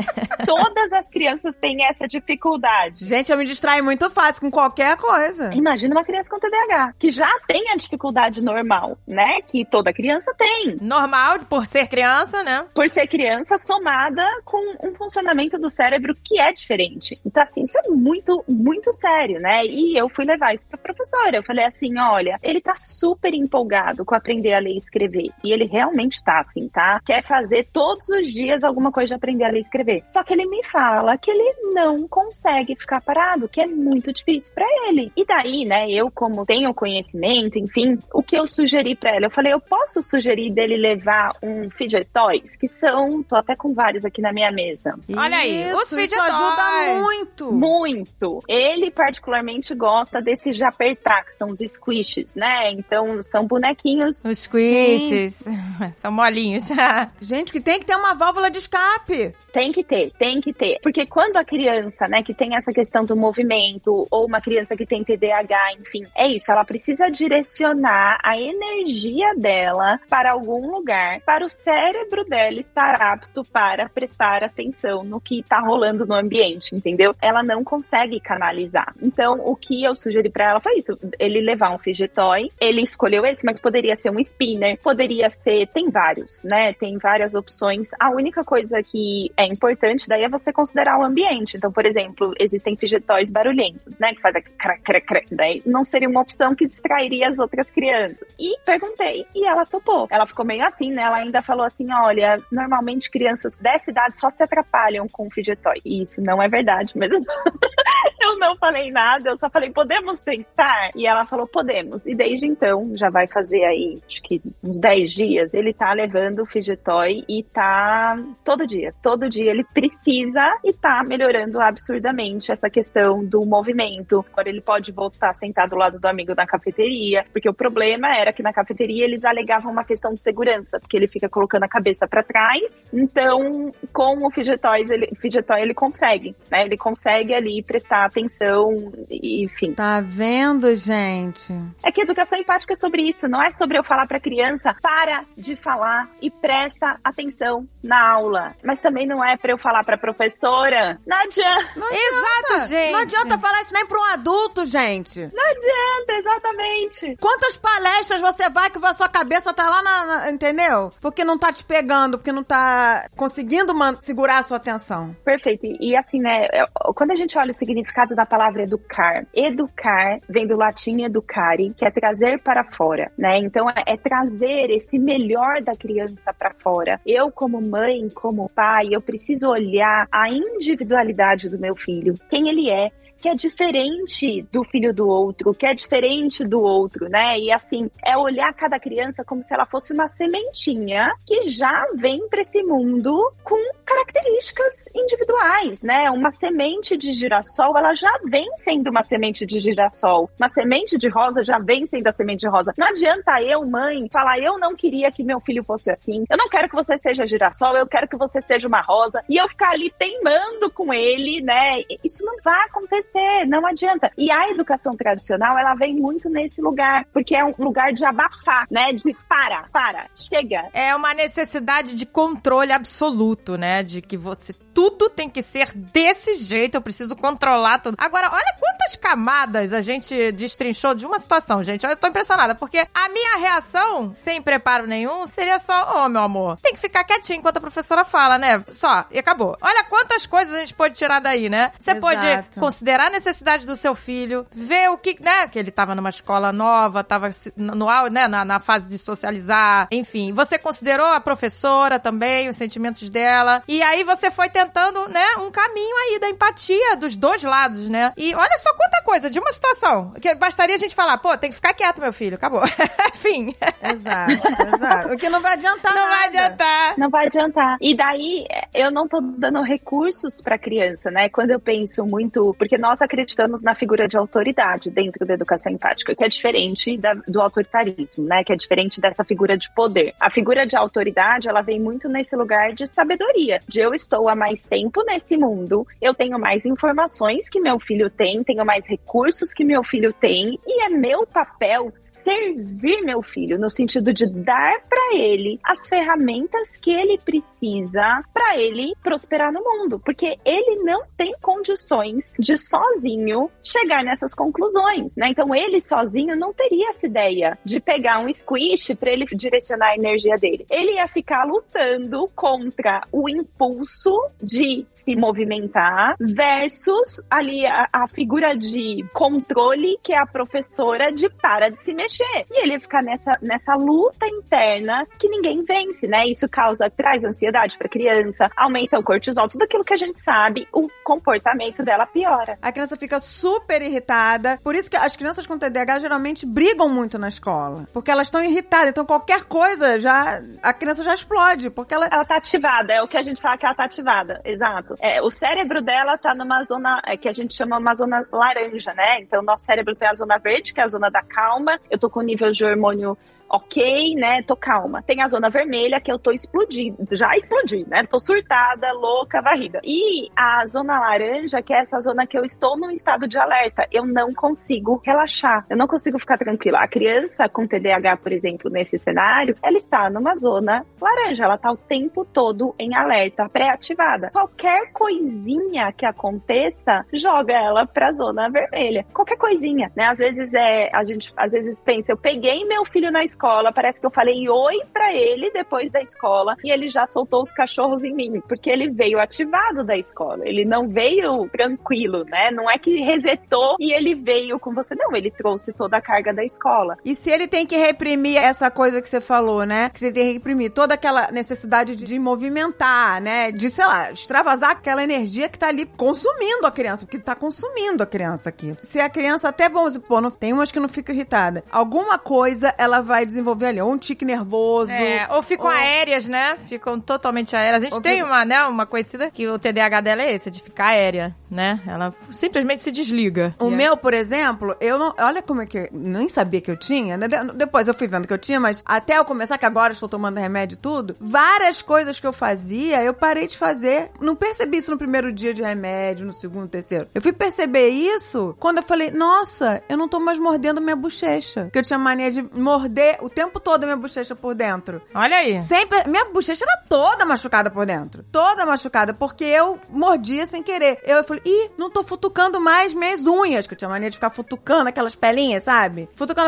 Todas as crianças têm essa dificuldade. Gente, eu me distraio muito fácil com qualquer coisa. Imagina uma criança com TDAH, que já tem a dificuldade normal, né? Que toda criança tem. Normal, por ser criança. Né? Por ser criança, somada com um funcionamento do cérebro que é diferente. Então, assim, isso é muito, muito sério, né? E eu fui levar isso pra professora. Eu falei assim, olha, ele tá super empolgado com aprender a ler e escrever. E ele realmente tá, assim, tá? Quer fazer todos os dias alguma coisa de aprender a ler e escrever. Só que ele me fala que ele não consegue ficar parado, que é muito difícil pra ele. E daí, né, eu como tenho conhecimento, enfim, o que eu sugeri pra ela? Eu falei, eu posso sugerir dele levar um fidget toys, que tô até com vários aqui na minha mesa. Olha aí, os fidget toys ajuda muito. Muito. Ele particularmente gosta desses de apertar, que são os squishes, né? Então, são bonequinhos. Os squishes. Sim. São molinhos. Gente, que tem que ter uma válvula de escape. Tem que ter. Porque quando a criança, né, que tem essa questão do movimento, ou uma criança que tem TDAH, enfim, é isso, ela precisa direcionar a energia dela para algum lugar, para o cérebro dela estar apto para prestar atenção no que tá rolando no ambiente, entendeu? Ela não consegue canalizar. Então, o que eu sugeri pra ela foi isso, ele levar um fidget toy, ele escolheu esse, mas poderia ser um spinner, poderia ser, tem vários, né? Tem várias opções. A única coisa que é importante daí é você considerar o ambiente. Então, por exemplo, existem fidget toys barulhentos, né? Que faz crac, crac, crac. Daí não seria uma opção que distrairia as outras crianças. E perguntei, e ela topou. Ela ficou meio assim, né? Ela ainda falou assim, olha, normalmente crianças dessa idade só se atrapalham com fidget toy. E isso não é verdade, mas eu não falei nada, eu só falei, podemos tentar? E ela falou, podemos. E desde então, já vai fazer aí, acho que uns 10 dias, ele tá levando o fidget toy e tá todo dia ele precisa e tá melhorando absurdamente essa questão do movimento. Agora ele pode voltar sentado do lado do amigo na cafeteria, porque o problema era que na cafeteria eles alegavam uma questão de segurança, porque ele fica colocando a cabeça pra trás, então com o fidget toy ele consegue, né? Ele consegue ali prestar atenção atenção, enfim. Tá vendo, gente? É que educação empática é sobre isso, não é sobre eu falar pra criança, para de falar e presta atenção na aula. Mas também não é pra eu falar pra professora, não adianta. Exato, gente. Não adianta falar isso nem pra um adulto, gente. Não adianta, exatamente. Quantas palestras você vai que a sua cabeça tá lá entendeu? Porque não tá te pegando, porque não tá conseguindo segurar a sua atenção. Perfeito. E assim, né, quando a gente olha o significado da palavra educar vem do latim educare, que é trazer para fora, né? Então é trazer esse melhor da criança para fora. Eu, como mãe, como pai, eu preciso olhar a individualidade do meu filho, quem ele é, que é diferente do filho do outro, que é diferente do outro, né? E assim, é olhar cada criança como se ela fosse uma sementinha que já vem para esse mundo com características individuais, né? Uma semente de girassol, ela já vem sendo uma semente de girassol. Uma semente de rosa já vem sendo a semente de rosa. Não adianta eu, mãe, falar, eu não queria que meu filho fosse assim, eu não quero que você seja girassol, eu quero que você seja uma rosa, e eu ficar ali teimando com ele, né? Isso não vai acontecer. Não adianta. E a educação tradicional, ela vem muito nesse lugar, porque é um lugar de abafar, né? De chega. É uma necessidade de controle absoluto, né? De que tudo tem que ser desse jeito, eu preciso controlar tudo. Agora, olha quantas camadas a gente destrinchou de uma situação, gente. Eu tô impressionada, porque a minha reação, sem preparo nenhum, seria só, meu amor, tem que ficar quietinho enquanto a professora fala, né? Só, e acabou. Olha quantas coisas a gente pode tirar daí, né? Você pode considerar a necessidade do seu filho, ver o que, né? Que ele tava numa escola nova, tava né, na fase de socializar, enfim. Você considerou a professora também, os sentimentos dela, e aí você foi tentando, né, um caminho aí da empatia dos dois lados, né? E olha só quanta coisa de uma situação, que bastaria a gente falar, pô, tem que ficar quieto, meu filho, acabou. Fim. Exato. O que não vai adiantar nada. Não vai adiantar. E daí, eu não tô dando recursos pra criança, né? Quando eu penso muito, porque nós acreditamos na figura de autoridade dentro da educação empática, que é diferente do autoritarismo, né? Que é diferente dessa figura de poder. A figura de autoridade, ela vem muito nesse lugar de sabedoria, de eu estou há mais tempo nesse mundo, eu tenho mais informações que meu filho tem, tenho mais recursos que meu filho tem, e é meu papel servir meu filho, no sentido de dar para ele as ferramentas que ele precisa para ele prosperar no mundo, porque ele não tem condições de sozinho chegar nessas conclusões, né? Então ele sozinho não teria essa ideia de pegar um squish para ele direcionar a energia dele. Ele ia ficar lutando contra o impulso de se movimentar versus ali a figura de controle que é a professora de para de se mexer. E ele fica nessa luta interna que ninguém vence, né? Isso traz ansiedade pra criança, aumenta o cortisol, tudo aquilo que a gente sabe, o comportamento dela piora. A criança fica super irritada, por isso que as crianças com TDAH geralmente brigam muito na escola, porque elas estão irritadas, então qualquer coisa a criança já explode, porque ela tá ativada, é o que a gente fala que ela tá ativada, exato. O cérebro dela tá numa zona que a gente chama uma zona laranja, né? Então nosso cérebro tem a zona verde, que é a zona da calma, eu tô com nível de hormônio ok, né, tô calma. Tem a zona vermelha que eu tô explodindo, já explodi, né, tô surtada, louca, varrida. E a zona laranja, que é essa zona que eu estou num estado de alerta, eu não consigo relaxar, eu não consigo ficar tranquila. A criança com TDAH, por exemplo, nesse cenário, ela está numa zona laranja, ela tá o tempo todo em alerta, pré-ativada. Qualquer coisinha que aconteça, joga ela pra zona vermelha. Qualquer coisinha, né, às vezes a gente às vezes pensa, eu peguei meu filho na escola, parece que eu falei oi pra ele depois da escola e ele já soltou os cachorros em mim, porque ele veio ativado da escola, ele não veio tranquilo, né? Não é que resetou e ele veio com você, não, ele trouxe toda a carga da escola. E se ele tem que reprimir essa coisa que você falou, né? Que você tem que reprimir toda aquela necessidade de movimentar, né? De, sei lá, extravasar aquela energia que tá ali consumindo a criança, porque tá consumindo a criança aqui. Se a criança até, vamos supor, tem umas que não fica irritada, alguma coisa ela vai vai desenvolver ali, ou um tique nervoso. Ou ficam aéreas, né? Ficam totalmente aéreas. A gente tem uma conhecida que o TDAH dela é esse, de ficar aérea, né? Ela simplesmente se desliga. O meu, por exemplo, eu não... Olha como é que... Nem sabia que eu tinha, né? Depois eu fui vendo que eu tinha, mas até eu começar, que agora eu estou tomando remédio e tudo, várias coisas que eu fazia, eu parei de fazer. Não percebi isso no primeiro dia de remédio, no segundo, terceiro. Eu fui perceber isso quando eu falei, nossa, eu não tô mais mordendo minha bochecha. Porque eu tinha mania de morder o tempo todo a minha bochecha por dentro. Olha aí. Sempre... Minha bochecha era toda machucada por dentro. Toda machucada, porque eu mordia sem querer. Eu falei, não tô futucando mais minhas unhas, que eu tinha mania de ficar futucando aquelas pelinhas, sabe? Futucando.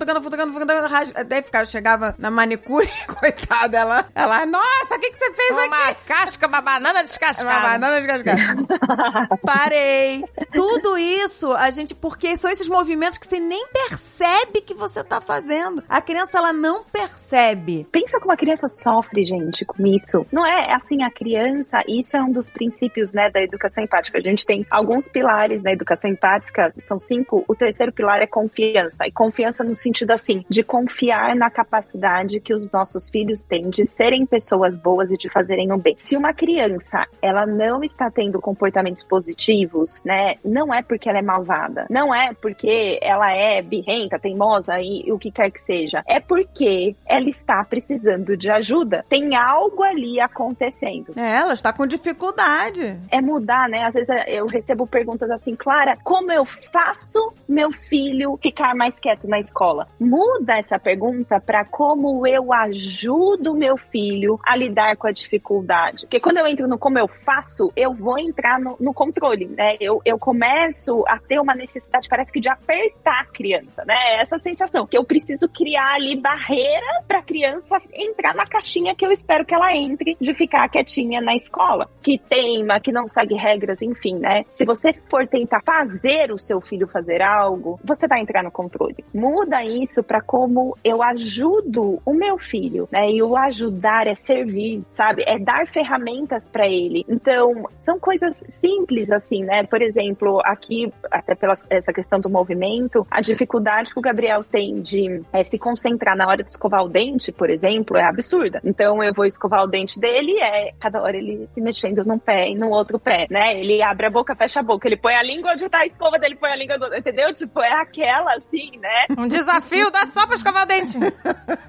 Daí chegava na manicure, coitada, ela, nossa, o que você fez aqui? Uma casca, uma banana descascada. Uma banana descascada. Parei. Tudo isso, porque são esses movimentos que você nem percebe que você tá fazendo. A criança, ela não percebe. Pensa como a criança sofre, gente, com isso. Não é assim, a criança, isso é um dos princípios, né, da educação empática. A gente tem alguns pilares da educação empática, são 5. O terceiro pilar é confiança. E confiança no sentido, assim, de confiar na capacidade que os nossos filhos têm de serem pessoas boas e de fazerem o bem. Se uma criança, ela não está tendo comportamentos positivos, né, não é porque ela é malvada, não é porque ela é birrenta, teimosa e o que quer que seja, é porque ela está precisando de ajuda. Tem algo ali acontecendo. Ela está com dificuldade. É mudar, né? Às vezes eu recebo perguntas assim, Clara, como eu faço meu filho ficar mais quieto na escola? Muda essa pergunta para como eu ajudo meu filho a lidar com a dificuldade. Porque quando eu entro no como eu faço, eu vou entrar no controle, né? Eu começo a ter uma necessidade, parece que de apertar a criança, né? Essa sensação que eu preciso criar ali barreiras para a criança entrar na caixinha que eu espero que ela entre, de ficar quietinha na escola, que teima, que não segue regras, enfim, né? Se você for tentar fazer o seu filho fazer algo, você vai entrar no controle. Muda isso para como eu ajudo o meu filho, né? E o ajudar é servir, sabe? É dar ferramentas para ele. Então, são coisas simples assim, né? Por exemplo, aqui, até pela essa questão do movimento, a dificuldade que o Gabriel tem de se concentrar na hora de escovar o dente, por exemplo, é absurda. Então, eu vou escovar o dente dele, cada hora ele se mexendo num pé e no outro pé, né? Ele abre a boca, fecha a boca, ele põe a língua onde tá a escova dele, põe a língua do outro, entendeu? Tipo, é aquela assim, né? Um desafio, dá só pra escovar o dente. 10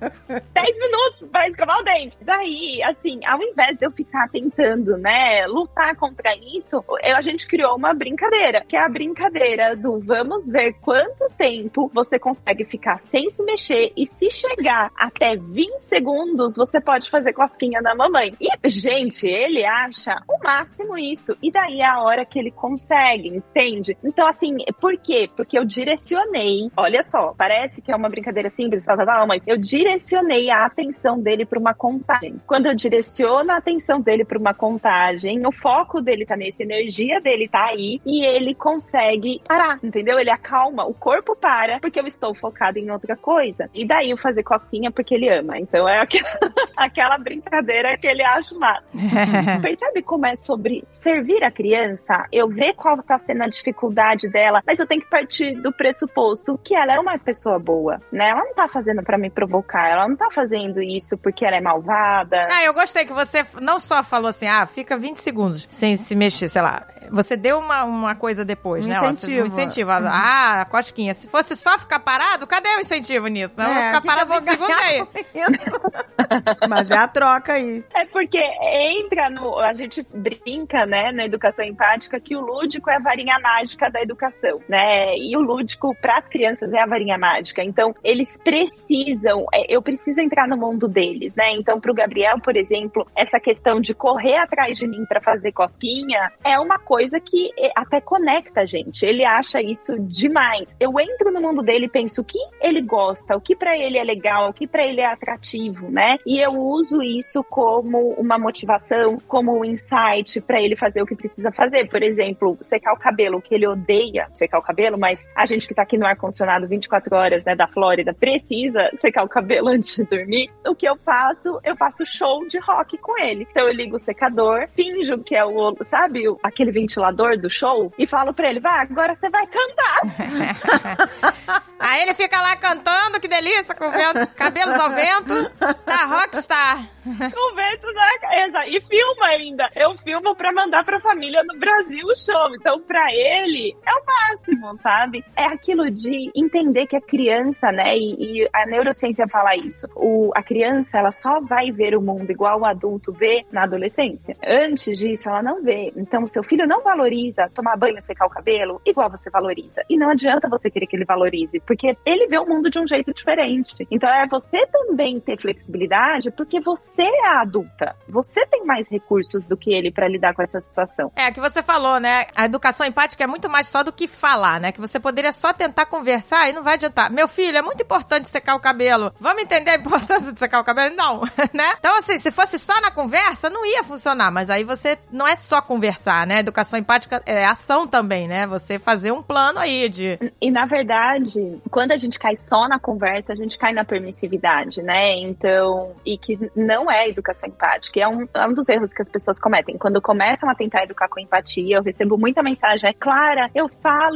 minutos pra escovar o dente. Daí, assim, ao invés de eu ficar tentando, né, lutar contra isso, a gente criou uma brincadeira, que é a brincadeira do vamos ver quanto tempo você consegue ficar sem se mexer, e se chegar até 20 segundos, você pode fazer cosquinha na mamãe. E, gente, ele acha o máximo isso. E daí é a hora que ele consegue, entende? Então, assim, por quê? Porque eu direcionei, olha só, parece que é uma brincadeira simples, mas eu direcionei a atenção dele para uma contagem. Quando eu direciono a atenção dele para uma contagem, o foco dele tá nesse, a energia dele tá aí, e ele consegue parar, entendeu? Ele acalma, o corpo para, porque eu estou focada em outra coisa. E daí eu fazer cosquinha porque ele ama. Então é aquela brincadeira que ele acha massa. Percebe como é sobre servir a criança? Eu ver qual tá sendo a dificuldade dela, mas eu tenho que partir do pressuposto que ela é uma pessoa boa, né? Ela não tá fazendo pra me provocar, ela não tá fazendo isso porque ela é malvada. Eu gostei que você não só falou assim, fica 20 segundos sem se mexer, sei lá. Você deu uma coisa depois, né? Incentivo. Um incentivo. A cosquinha. Se fosse só ficar parado, cadê o incentivo nisso? Não, vou ficar parado 20 segundos aí. Mas é a troca aí. É porque a gente brinca, né, na educação empática, que o lúdico é a varinha mágica da educação, né? E o lúdico, para as crianças, é a varinha mágica. Então, eles precisam, eu preciso entrar no mundo deles, né? Então, pro Gabriel, por exemplo, essa questão de correr atrás de mim para fazer cosquinha é uma coisa que até conecta a gente. Ele acha isso demais. Eu entro no mundo dele e penso o que ele gosta, o que pra ele é legal, o que pra ele é atrativo, né? E eu uso isso como uma motivação, como um insight pra ele fazer o que precisa fazer. Por exemplo, secar o cabelo, que ele odeia secar o cabelo, mas a gente que tá aqui no ar-condicionado 24 horas, né, da Flórida, precisa secar o cabelo antes de dormir. O que eu faço? Eu faço show de rock com ele. Então eu ligo o secador, finjo que é aquele ventilador do show, e falo pra ele, agora você vai cantar. Aí ele fica lá cantando, que delícia, com o vento, cabelos ao vento, tá rockstar. Com vento na cabeça. E filma ainda. Eu filmo pra mandar pra família no Brasil o show. Então, pra ele, é o máximo, sabe? É aquilo de entender que a criança, né, e a neurociência fala isso. A criança, ela só vai ver o mundo igual o adulto vê na adolescência. Antes disso, ela não vê. Então, o seu filho não valoriza tomar banho, secar o cabelo, igual você valoriza. E não adianta você querer que ele valorize, porque ele vê o mundo de um jeito diferente. Então, é você também ter flexibilidade, porque você é a adulta. Você tem mais recursos do que ele pra lidar com essa situação. É, que você falou, né? A educação empática é muito mais só do que falar, né? Que você poderia só tentar conversar e não vai adiantar. Meu filho, é muito importante secar o cabelo. Vamos entender a importância de secar o cabelo? Não, né? Então, assim, se fosse só na conversa, não ia funcionar. Mas aí você não é só conversar, né? Educação empática é ação também, né? Você fazer um plano aí de... E, na verdade, quando a gente cai só na conversa, a gente cai na permissividade, né? Então, e que não é educação empática. É um dos erros que as pessoas cometem. Quando começam a tentar educar com empatia, eu recebo muita mensagem, Clara, eu falo,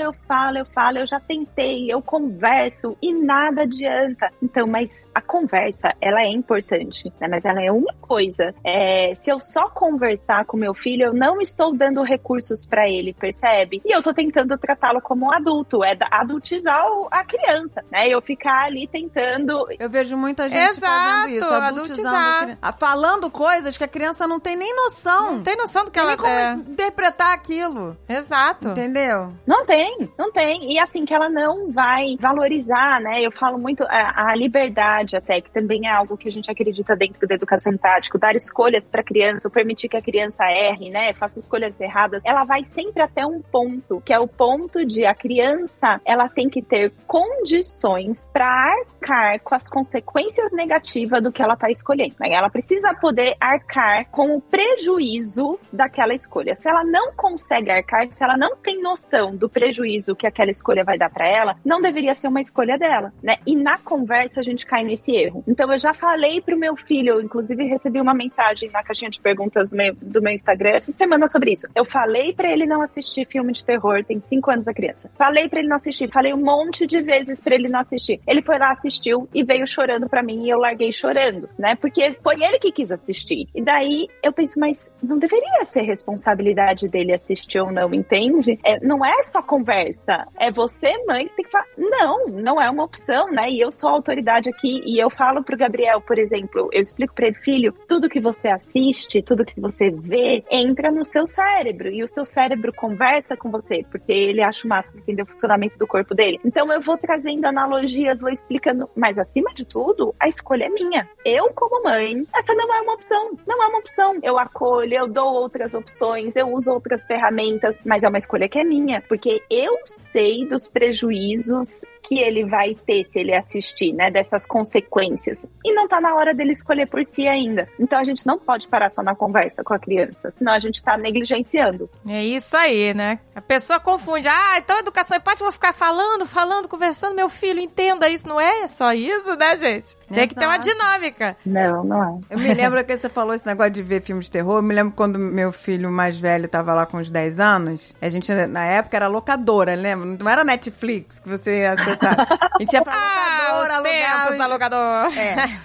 eu já tentei, eu converso e nada adianta. Então, mas a conversa, ela é importante, né? Mas ela é uma coisa. Se eu só conversar com meu filho, eu não estou dando recursos pra ele, percebe? E eu tô tentando tratá-lo como um adulto, adultizar a criança, né? Eu ficar ali tentando... Eu vejo muita gente fazendo isso, adultizando. Falando coisas que a criança não tem nem noção. Não tem noção do que ela tem. Nem como interpretar aquilo. Exato. Entendeu? Não tem. E assim, que ela não vai valorizar, né? Eu falo muito a liberdade até, que também é algo que a gente acredita dentro da educação empática, dar escolhas pra criança, ou permitir que a criança erre, né? Faça escolhas erradas. Ela vai sempre até um ponto, que é o ponto de a criança, ela tem que ter condições pra arcar com as consequências negativas do que ela tá escolhendo. Né? Ela precisa poder arcar com o prejuízo daquela escolha. Se ela não consegue arcar, se ela não tem noção do prejuízo que aquela escolha vai dar pra ela, não deveria ser uma escolha dela, né? E na conversa a gente cai nesse erro. Então eu já falei pro meu filho, eu inclusive recebi uma mensagem na caixinha de perguntas do meu Instagram essa semana sobre isso. Eu falei pra ele não assistir filme de terror, tem 5 anos a criança. Falei pra ele não assistir, falei um monte de vezes pra ele não assistir. Ele foi lá, assistiu e veio chorando pra mim e eu larguei chorando, né? Porque foi ele que quis assistir. E daí eu penso, mas não deveria ser responsabilidade dele assistir ou não, entende? Não é só conversa. É você, mãe, que tem que falar. Não é uma opção, né? E eu sou a autoridade aqui e eu falo pro Gabriel, por exemplo, eu explico pra ele, filho, tudo que você assiste, tudo que você vê, entra no seu cérebro e o seu cérebro conversa com você, porque ele acha o máximo entender o funcionamento do corpo dele. Então eu vou trazendo analogias, vou explicando, mas acima de tudo, a escolha é minha. Eu, como mãe, essa não é uma opção. Não é uma opção. Eu acolho, eu dou outras opções, eu uso outras ferramentas, mas é uma escolha que é minha, porque eu sei dos prejuízos que ele vai ter se ele assistir, né, dessas consequências. E não tá na hora dele escolher por si ainda. Então a gente não pode parar só na conversa com a criança, senão a gente tá negligenciando. É isso aí, né? A pessoa confunde. Então educação empática, eu vou ficar falando, conversando, meu filho, entenda isso. Não é só isso, né, gente? Tem que ter uma dinâmica. Não é. Eu me lembro que você falou esse negócio de ver filmes de terror. Eu me lembro quando meu filho mais velho tava lá com uns 10 anos. A gente, na época, era locadora, lembra? Não era Netflix que você ia acessar. A gente ia pra locadora, tempos da locadora.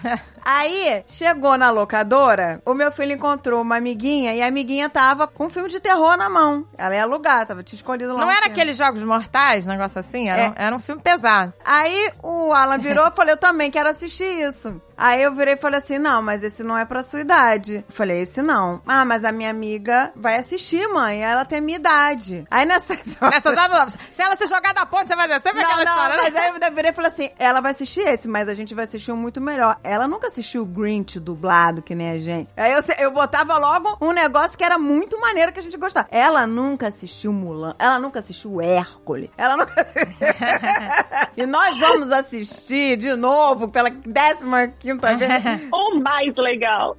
Aí, chegou na locadora, o meu filho encontrou uma amiguinha e a amiguinha tava com um filme de terror na mão. Ela ia alugar, tava te escondido lá. Não era aqueles Jogos Mortais, negócio assim? Era um filme pesado. Aí o Alan virou e falou, eu também quero assistir isso. Aí eu virei e falei assim, não, mas esse não é pra sua idade. Eu falei, esse não. Ah, mas a minha amiga vai assistir, mãe. Ela tem a minha idade. Aí se ela se jogar da ponte, você vai dizer, sempre aquela história. Mas aí eu virei e falei assim, ela vai assistir esse, mas a gente vai assistir um muito melhor. Ela nunca assistiu o Grinch dublado, que nem a gente. Aí eu botava logo um negócio que era muito maneiro que a gente gostava. Ela nunca assistiu Mulan. Ela nunca assistiu Hércules. Ela nunca E nós vamos assistir de novo pela 15ª vez. O mais legal.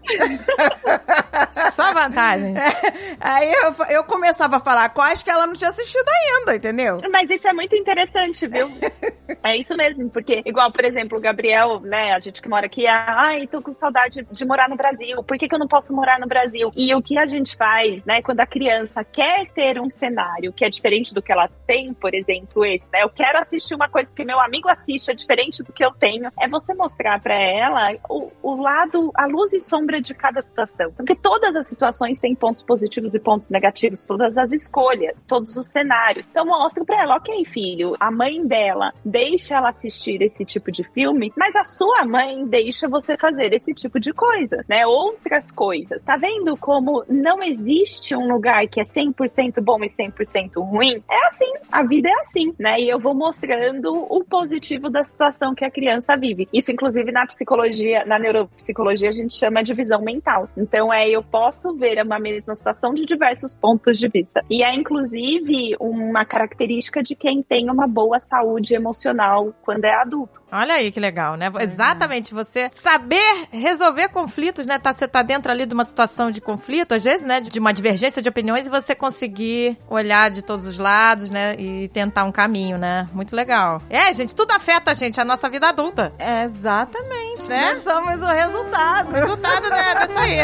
Só vantagem. Aí eu começava a falar quais que ela não tinha assistido ainda, entendeu? Mas isso é muito interessante, viu? É isso mesmo, porque igual, por exemplo, o Gabriel, né, a gente que mora aqui, tô com saudade de morar no Brasil, por que eu não posso morar no Brasil? E o que a gente faz, né, quando a criança quer ter um cenário que é diferente do que ela tem, por exemplo, esse, né, eu quero assistir uma coisa que meu amigo assiste, é diferente do que eu tenho, é você mostrar pra ela o lado, a luz e sombra de cada situação. Porque todas as situações têm pontos positivos e pontos negativos, todas as escolhas, todos os cenários. Então mostro pra ela, ok, filho, a mãe dela deixa ela assistir esse tipo de filme, mas a sua mãe deixa você fazer esse tipo de coisa, né? Outras coisas. Tá vendo como não existe um lugar que é 100% bom e 100% ruim? É assim, a vida é assim, né? E eu vou mostrando o positivo da situação que a criança vive. Isso, inclusive, na psicologia, na neuropsicologia, a gente chama de visão mental. Então, eu posso ver uma mesma situação de diversos pontos de vista. E é, inclusive, uma característica de quem tem uma boa saúde emocional quando é adulto. Olha aí que legal, né? Exatamente, você saber resolver conflitos, né? Você tá dentro ali de uma situação de conflito, às vezes, né? De uma divergência de opiniões e você conseguir olhar de todos os lados, né? E tentar um caminho, né? Muito legal. Gente, tudo afeta a gente, a nossa vida adulta. Exatamente, né? Nós somos o resultado. O resultado, né? Disso aí.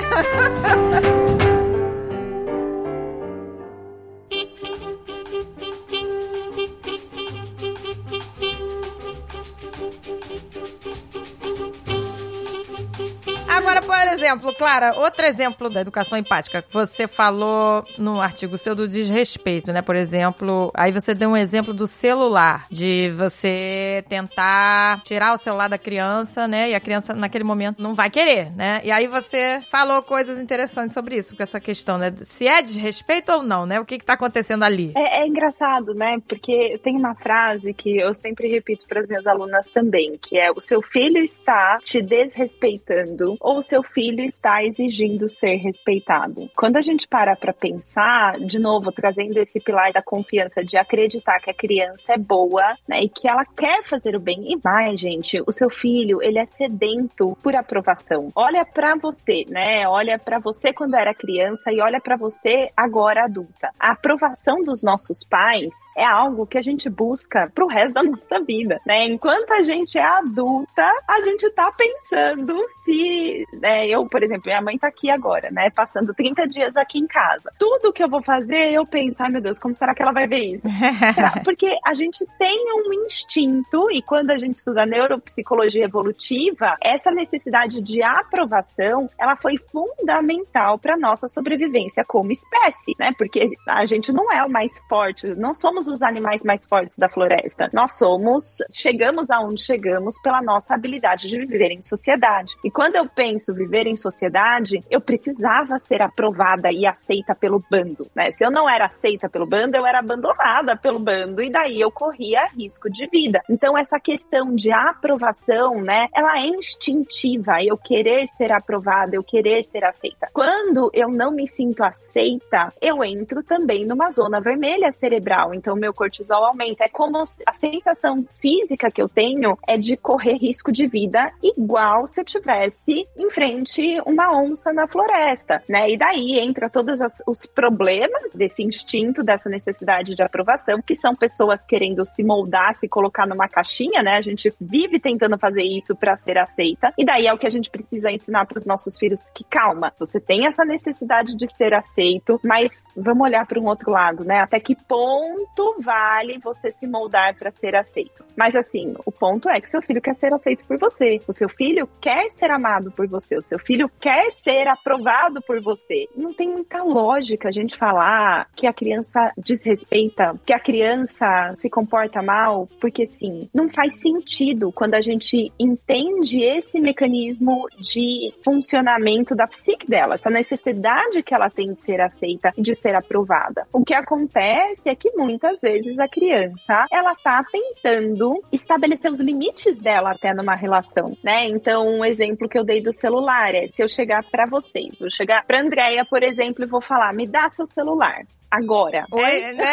Agora, por exemplo, Clara, outro exemplo da educação empática. Você falou no artigo seu do desrespeito, né? Por exemplo, aí você deu um exemplo do celular, de você tentar tirar o celular da criança, né? E a criança, naquele momento, não vai querer, né? E aí você falou coisas interessantes sobre isso, com essa questão, né? Se é desrespeito ou não, né? O que tá acontecendo ali? É engraçado, né? Porque tem uma frase que eu sempre repito para as minhas alunas também, que é: o seu filho está te desrespeitando ou o seu filho está exigindo ser respeitado. Quando a gente para pra pensar, de novo, trazendo esse pilar da confiança, de acreditar que a criança é boa, né, e que ela quer fazer o bem. E vai, gente, o seu filho, ele é sedento por aprovação. Olha pra você, né, olha pra você quando era criança e olha pra você agora adulta. A aprovação dos nossos pais é algo que a gente busca pro resto da nossa vida, né? Enquanto a gente é adulta, a gente tá pensando se... eu, por exemplo, minha mãe tá aqui agora, né, passando 30 dias aqui em casa. Tudo que eu vou fazer, eu penso, ai meu Deus, como será que ela vai ver isso? Porque a gente tem um instinto, e quando a gente estuda neuropsicologia evolutiva, essa necessidade de aprovação, ela foi fundamental para nossa sobrevivência como espécie, né, porque a gente não é o mais forte, não somos os animais mais fortes da floresta, nós chegamos aonde chegamos pela nossa habilidade de viver em sociedade. E quando eu penso viver em sociedade, eu precisava ser aprovada e aceita pelo bando, né? Se eu não era aceita pelo bando, eu era abandonada pelo bando e daí eu corria risco de vida. Então essa questão de aprovação, né, ela é instintiva, eu querer ser aprovada, eu querer ser aceita. Quando eu não me sinto aceita, eu entro também numa zona vermelha cerebral, então meu cortisol aumenta. É como a sensação física que eu tenho é de correr risco de vida igual se eu tivesse em frente uma onça na floresta, né? E daí entra todos os problemas desse instinto, dessa necessidade de aprovação, que são pessoas querendo se moldar, se colocar numa caixinha, né? A gente vive tentando fazer isso para ser aceita. E daí é o que a gente precisa ensinar para os nossos filhos, que calma, você tem essa necessidade de ser aceito, mas vamos olhar para um outro lado, né? Até que ponto vale você se moldar para ser aceito? Mas assim, o ponto é que seu filho quer ser aceito por você. O seu filho quer ser amado por você. O seu filho quer ser aprovado por você. Não tem muita lógica a gente falar que a criança desrespeita, que a criança se comporta mal, porque sim, não faz sentido quando a gente entende esse mecanismo de funcionamento da psique dela, essa necessidade que ela tem de ser aceita e de ser aprovada. O que acontece é que muitas vezes a criança, ela tá tentando estabelecer os limites dela até numa relação, né? Então, um exemplo que eu dei do celular é, se eu chegar pra vocês, vou chegar pra Andréia, por exemplo, e vou falar, me dá seu celular. Agora. Oi? Né?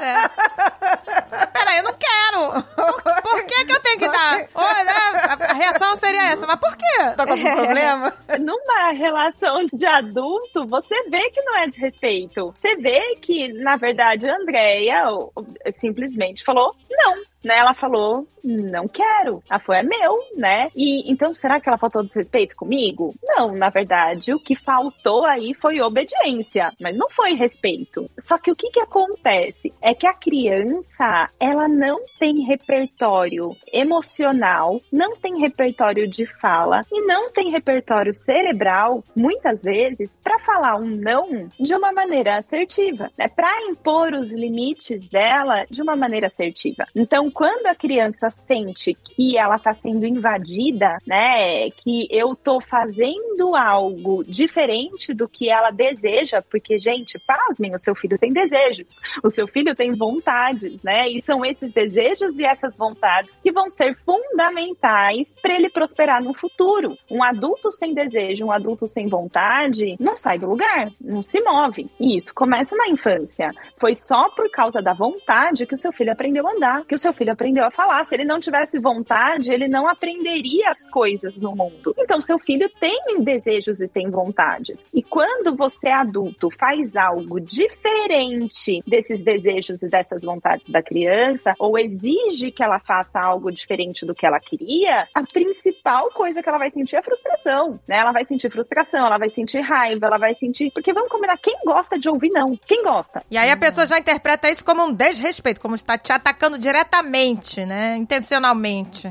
Peraí, eu não quero. Por que eu tenho que dar? Oi, né? A reação seria essa, mas por quê? Tá com algum problema? Numa relação de adulto, você vê que não é desrespeito. Você vê que, na verdade, a Andréia simplesmente falou não. né? Ela falou, não quero. Ela falou, é meu, né? E então, será que ela faltou desrespeito comigo? Não, na verdade, o que faltou aí foi obediência, mas não foi respeito. Só que o que acontece é que a criança, ela não tem repertório emocional, não tem repertório de fala e não tem repertório cerebral, muitas vezes, para falar um não de uma maneira assertiva, né? Para impor os limites dela de uma maneira assertiva. Então, quando a criança sente que ela está sendo invadida, né, que eu tô fazendo algo diferente do que ela deseja, porque, gente, pasmem, o seu filho tem desejos, o seu filho tem vontades, né, e são esses desejos e essas vontades que vão ser fundamentais para ele prosperar no futuro. Um adulto sem desejo, um adulto sem vontade, não sai do lugar, não se move. E isso começa na infância. Foi só por causa da vontade que o seu filho aprendeu a andar, que o seu filho aprendeu a falar. Se ele não tivesse vontade, ele não aprenderia as coisas no mundo. Então, seu filho tem desejos e tem vontades. E quando você, adulto, faz algo diferente desses desejos e dessas vontades da criança, ou exige que ela faça algo diferente do que ela queria, a principal coisa que ela vai sentir é frustração, né? Ela vai sentir frustração, ela vai sentir raiva, ela vai sentir... Porque vamos combinar, quem gosta de ouvir não? Quem gosta? E aí a pessoa já interpreta isso como um desrespeito, como está te atacando diretamente, né? Intencionalmente.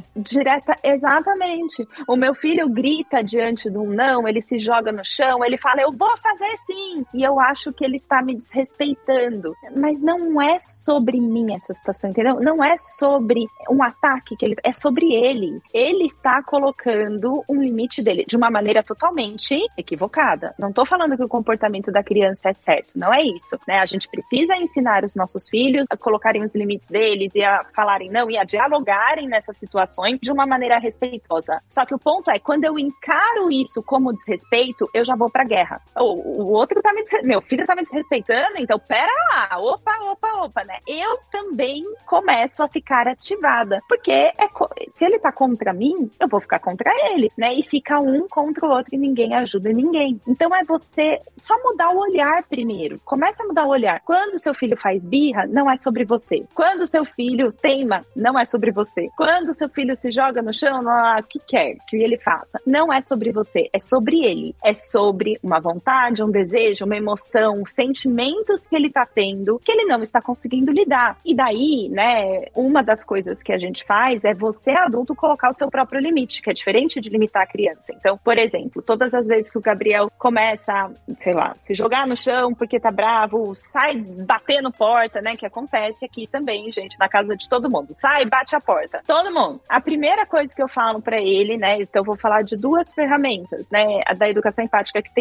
Exatamente. O meu filho grita diante de um não, ele se joga no chão, ele fala, eu vou fazer sim. E eu acho que ele está me desrespeitando. Mas não é sobre mim essa situação, entendeu? Não é sobre um ataque que ele... É sobre ele. Ele está colocando um limite dele de uma maneira totalmente equivocada. Não tô falando que o comportamento da criança é certo, não é isso, né? A gente precisa ensinar os nossos filhos a colocarem os limites deles e a falarem não e a dialogarem nessas situações de uma maneira respeitosa. Só que o ponto é, quando eu encaro isso como desrespeito, eu já vou pra guerra. O outro tá meu filho tá me desrespeitando, então pera lá, opa, né? Eu também começo a ficar ativada, porque se ele tá contra mim, eu vou ficar contra ele, né? E fica um contra o outro e ninguém ajuda ninguém. Então é você só mudar o olhar primeiro. Começa a mudar o olhar. Quando seu filho faz birra, não é sobre você. Quando seu filho teima, não é sobre você. Quando seu filho se joga no chão, o que quer que ele faça, não é sobre você, é sobre ele. É sobre uma vontade, um desejo, uma emoção, sentimentos que ele tá tendo, que ele não está conseguindo lidar. E daí, né, uma das coisas que a gente faz é você, adulto, colocar o seu próprio limite, que é diferente de limitar a criança. Então, por exemplo, todas as vezes que o Gabriel começa a, sei lá, se jogar no chão porque tá bravo, sai batendo porta, né, que acontece aqui também, gente, na casa de todo mundo. Sai, bate a porta. Todo mundo. A primeira coisa que eu falo pra ele, né, então eu vou falar de 2 ferramentas, né, a da educação empática, que tem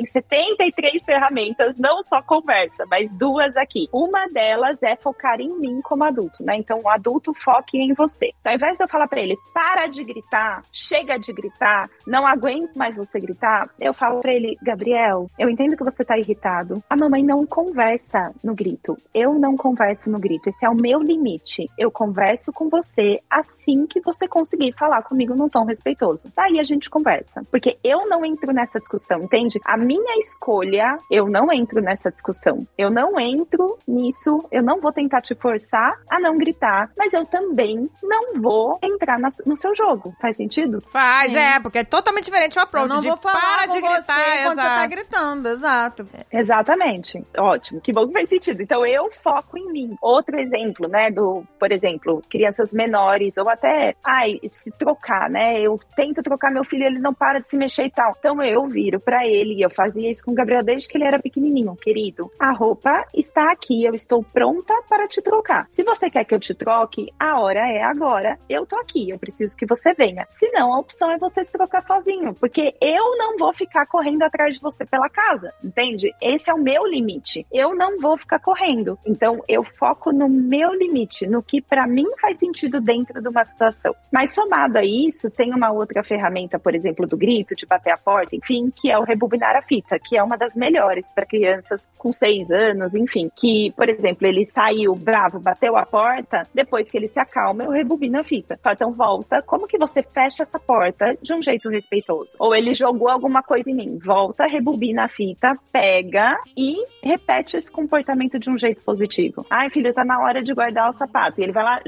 73 ferramentas, não só conversa, mas 2 aqui. Uma delas é focar em mim como adulto, né, então o adulto foque em você. Então, ao invés de eu falar pra ele, para de gritar, chega de gritar, não aguento mais você gritar, eu falo pra ele, Gabriel, eu entendo que você tá irritado. A mamãe não conversa no grito. Eu não converso no grito. Esse é o meu limite. Eu converso com você assim que você conseguir falar comigo num tom respeitoso. Daí a gente conversa. Porque eu não entro nessa discussão, entende? A minha escolha, eu não entro nessa discussão. Eu não entro nisso, eu não vou tentar te forçar a não gritar, mas eu também não vou entrar no seu jogo. Faz sentido? Faz, porque é totalmente diferente o approach. Eu não vou falar para de gritar quando você tá gritando, exato. Exatamente. Ótimo. Que bom que faz sentido. Então, eu foco em mim. Outro exemplo, né, por exemplo, crianças menores, ou até, se trocar, né, eu tento trocar meu filho, ele não para de se mexer e tal. Então, eu viro pra ele, e eu fazia isso com o Gabriel desde que ele era pequenininho, querido. A roupa está aqui, eu estou pronta para te trocar. Se você quer que eu te troque, a hora é agora. Eu tô aqui, eu preciso que você venha. Se não, a opção é você se trocar sozinho, porque eu não vou ficar correndo atrás de você pela casa, entende? Esse é o meu limite. Eu não vou ficar correndo. Então, eu foco no meu limite, no que pra mim faz sentido dentro de uma situação. Mas somado a isso, tem uma outra ferramenta, por exemplo, do grito, de bater a porta, enfim, que é o rebobinar a fita, que é uma das melhores para crianças com 6 anos, enfim, que, por exemplo, ele saiu bravo, bateu a porta, depois que ele se acalma, eu rebobino a fita. Então, volta, como que você fecha essa porta de um jeito respeitoso? Ou ele jogou alguma coisa em mim, volta, rebobina a fita, pega e repete esse comportamento de um jeito positivo. Ai, filho, tá na hora de guardar o sapato. E ele vai lá,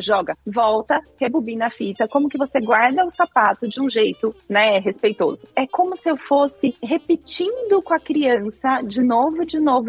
joga. Volta, rebobina a fita. Como que você guarda o sapato de um jeito, né, respeitoso? É como se eu fosse repetindo com a criança de novo,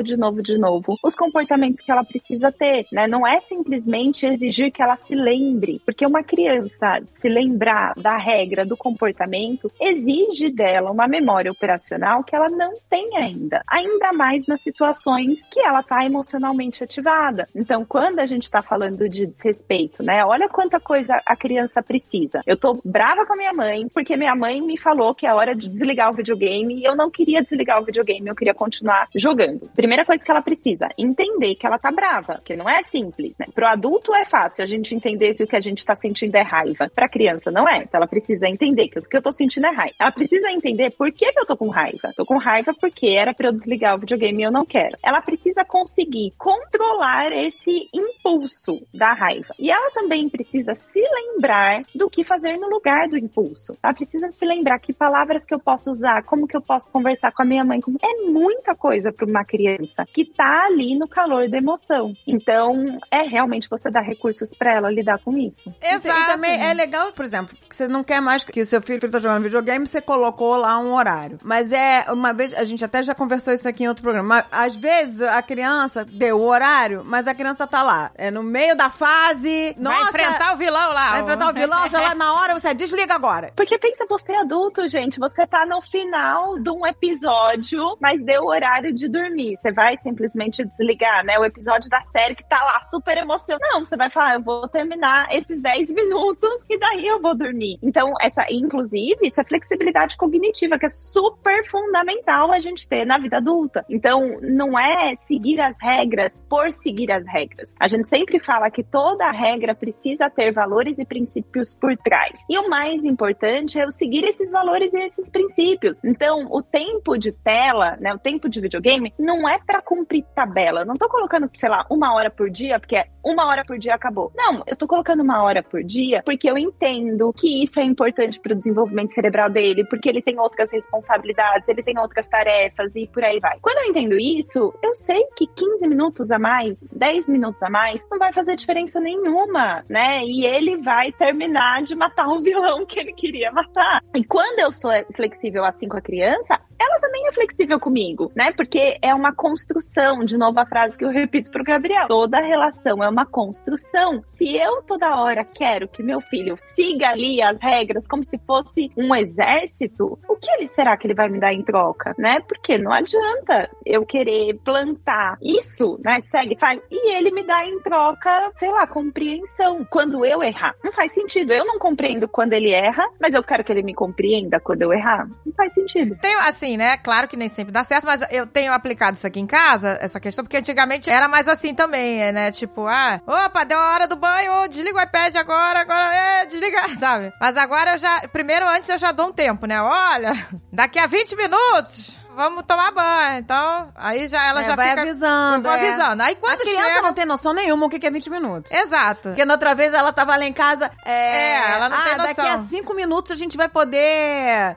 os comportamentos que ela precisa ter, né? Não é simplesmente exigir que ela se lembre, porque uma criança se lembrar da regra do comportamento exige dela uma memória operacional que ela não tem ainda mais nas situações que ela tá emocionalmente ativada. Então, quando a gente tá falando de desrespeito, né? Olha quanta coisa a criança precisa. Eu tô brava com a minha mãe, porque minha mãe me falou que é hora de desligar o videogame e eu não queria desligar o videogame, eu queria continuar jogando. Primeira coisa que ela precisa, entender que ela tá brava, porque não é simples, né? Pro adulto é fácil a gente entender que o que a gente tá sentindo é raiva. Pra criança não é. Então ela precisa entender que o que eu tô sentindo é raiva. Ela precisa entender por que eu tô com raiva. Tô com raiva porque era pra eu desligar o videogame e eu não quero. Ela precisa conseguir controlar esse impulso da raiva. E ela também precisa se lembrar do que fazer no lugar do impulso. Ela precisa se lembrar que palavras que eu posso usar, como que eu posso conversar com a minha mãe. É muita coisa para uma criança que tá ali no calor da emoção. Então, é realmente você dar recursos para ela lidar com isso. Exato. E também é legal, por exemplo, que você não quer mais que o seu filho tá jogando videogame, você colocou lá um horário. Mas uma vez, a gente até já conversou isso aqui em outro programa, mas às vezes a criança deu o horário, mas a criança tá lá, no meio da fase, vai enfrentar o vilão lá. Vai enfrentar o vilão, sei lá, na hora você desliga agora. Porque pensa, você é adulto, gente, você tá no final de um episódio, mas deu o horário de dormir. Você vai simplesmente desligar, né? O episódio da série que tá lá super emocionante. Não, você vai falar, eu vou terminar esses 10 minutos e daí eu vou dormir. Então, inclusive, isso é flexibilidade cognitiva, que é super fundamental a gente ter na vida adulta. Então, não é seguir as regras por seguir as regras. A gente sempre fala que toda regra precisa ter valores e princípios por trás. E o mais importante é eu seguir esses valores e esses princípios. Então, o tempo de tela, né, o tempo de videogame, não é pra cumprir tabela. Eu não tô colocando, sei lá, 1 hora por dia, porque 1 hora por dia acabou. Não, eu tô colocando 1 hora por dia porque eu entendo que isso é importante pro desenvolvimento cerebral dele, porque ele tem outras responsabilidades, ele tem outras tarefas e por aí vai. Quando eu entendo isso, eu sei que 15 minutos a mais, 10 minutos a mais, não vai fazer diferença nenhuma, né? E ele vai terminar de matar o vilão que ele queria matar. E quando eu sou flexível assim com a criança, ela também é flexível comigo, né? Porque é uma construção, de novo a frase que eu repito pro Gabriel, toda relação é uma construção. Se eu toda hora quero que meu filho siga ali as regras como se fosse um exército, o que será que ele vai me dar em troca, né? Porque não adianta eu querer plantar isso, né? Segue, faz, e ele me dá em troca, sei lá, compreensão quando eu errar. Não faz sentido. Eu não compreendo quando ele erra, mas eu quero que ele me compreenda quando eu errar. Não faz sentido. Tenho, assim, né? Claro que nem sempre dá certo, mas eu tenho aplicado isso aqui em casa, essa questão, porque antigamente era mais assim também, né? Tipo, opa, deu a hora do banho, desliga o iPad agora, desliga, sabe? Mas agora antes eu já dou um tempo, né? Olha, daqui a 20 minutos... vamos tomar banho. Então, aí ela já vai fica... avisando. Eu vou avisando. Aí quando a criança não tem noção nenhuma o que é 20 minutos. Exato. Porque na outra vez ela tava lá em casa... ela não tem noção. Daqui a 5 minutos a gente vai poder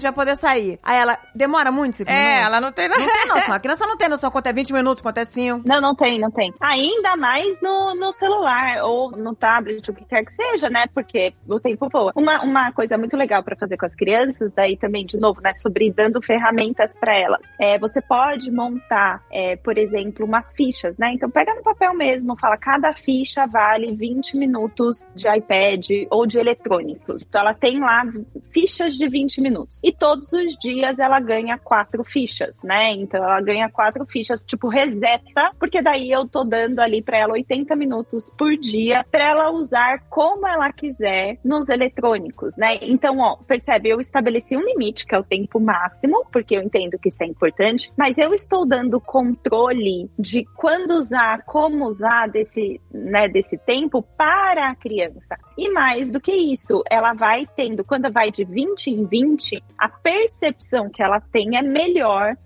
sair. Aí ela... Demora muito 5 minutos? Ela não tem noção. Não tem noção. A criança não tem noção quanto é 20 minutos, quanto é 5. Não tem. Ainda mais no celular ou no tablet, o que quer que seja, né? Porque o tempo voa. Uma coisa muito legal pra fazer com as crianças, daí também, de novo, né? Sobre dando ferramentas pra elas. Você pode montar, por exemplo, umas fichas, né? Então pega no papel mesmo, fala, cada ficha vale 20 minutos de iPad ou de eletrônicos. Então ela tem lá fichas de 20 minutos. E todos os dias ela ganha 4 fichas, né? Então ela ganha 4 fichas, tipo, reseta, porque daí eu tô dando ali pra ela 80 minutos por dia pra ela usar como ela quiser nos eletrônicos, né? Então, percebe, eu estabeleci um limite, que é o tempo máximo, porque eu entendo que isso é importante, mas eu estou dando controle de quando usar, como usar desse tempo para a criança. E mais do que isso, ela vai tendo, quando vai de 20 em 20, a percepção que ela tem é melhor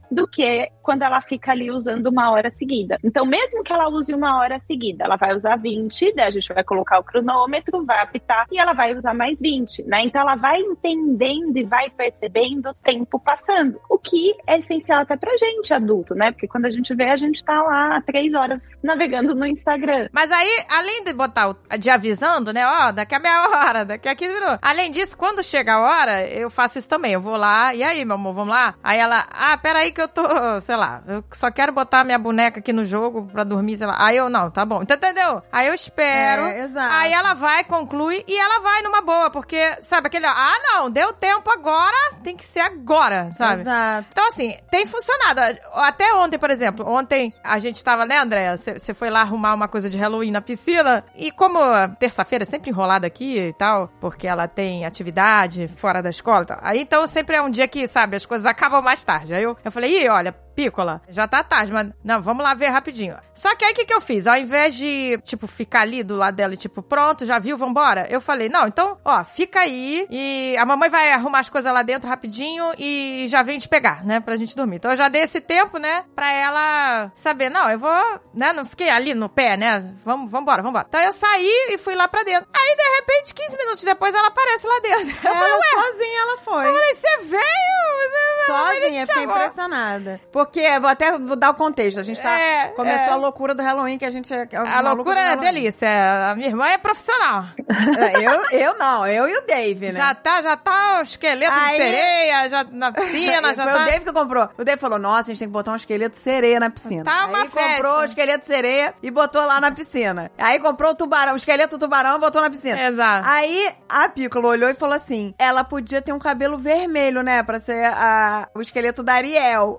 do que quando ela fica ali usando 1 hora seguida. Então, mesmo que ela use 1 hora seguida, ela vai usar 20, daí a gente vai colocar o cronômetro, vai apitar e ela vai usar mais 20, né? Então, ela vai entendendo e vai percebendo o tempo passando, o que é essencial até pra gente, adulto, né? Porque quando a gente vê, a gente tá lá 3 horas navegando no Instagram. Mas aí, além de botar de avisando, né? Ó, daqui a meia hora, daqui a 15 minutos. Além disso, quando chega a hora, eu faço isso também. Eu vou lá, e aí, meu amor, vamos lá? Aí ela, peraí que eu tô, sei lá, eu só quero botar minha boneca aqui no jogo pra dormir, sei lá. Aí eu, não, tá bom. Então, entendeu? Aí eu espero. Exato. Aí ela vai, conclui, e ela vai numa boa, porque, sabe, aquele, não, deu tempo agora, tem que ser agora, sabe? Exato. Então, assim, tem funcionado. Até ontem, por exemplo, ontem a gente tava, né, Andréa? Você foi lá arrumar uma coisa de Halloween na piscina, e como terça-feira é sempre enrolada aqui e tal, porque ela tem atividade fora da escola e tal, aí então sempre é um dia que, sabe, as coisas acabam mais tarde. Aí eu falei, olha, Pícola, já tá tarde, mas não, vamos lá ver rapidinho. Só que aí o que eu fiz? Ao invés de, tipo, ficar ali do lado dela e tipo, pronto, já viu, vambora? Eu falei, não, então, fica aí e a mamãe vai arrumar as coisas lá dentro rapidinho e já vem te pegar, né, pra gente dormir. Então eu já dei esse tempo, né, pra ela saber, não, eu vou, né, não fiquei ali no pé, né, vambora. Então eu saí e fui lá pra dentro. Aí, de repente, 15 minutos depois, ela aparece lá dentro. Eu falei, sozinha ela foi. Eu falei, você veio? Sozinha, fiquei impressionada. Porque, vou dar o contexto, a gente começou a loucura do Halloween, que a gente... A loucura é delícia, a minha irmã é profissional. Eu não, eu e o Dave, né? Já tá o esqueleto de sereia, já na piscina, Foi o Dave que comprou. O Dave falou, nossa, a gente tem que botar um esqueleto de sereia na piscina. Tá uma festa. Comprou o esqueleto de sereia e botou lá na piscina. Aí comprou o esqueleto do tubarão e botou na piscina. Exato. Aí a Pícola olhou e falou assim, ela podia ter um cabelo vermelho, né, pra ser o esqueleto da Ariel.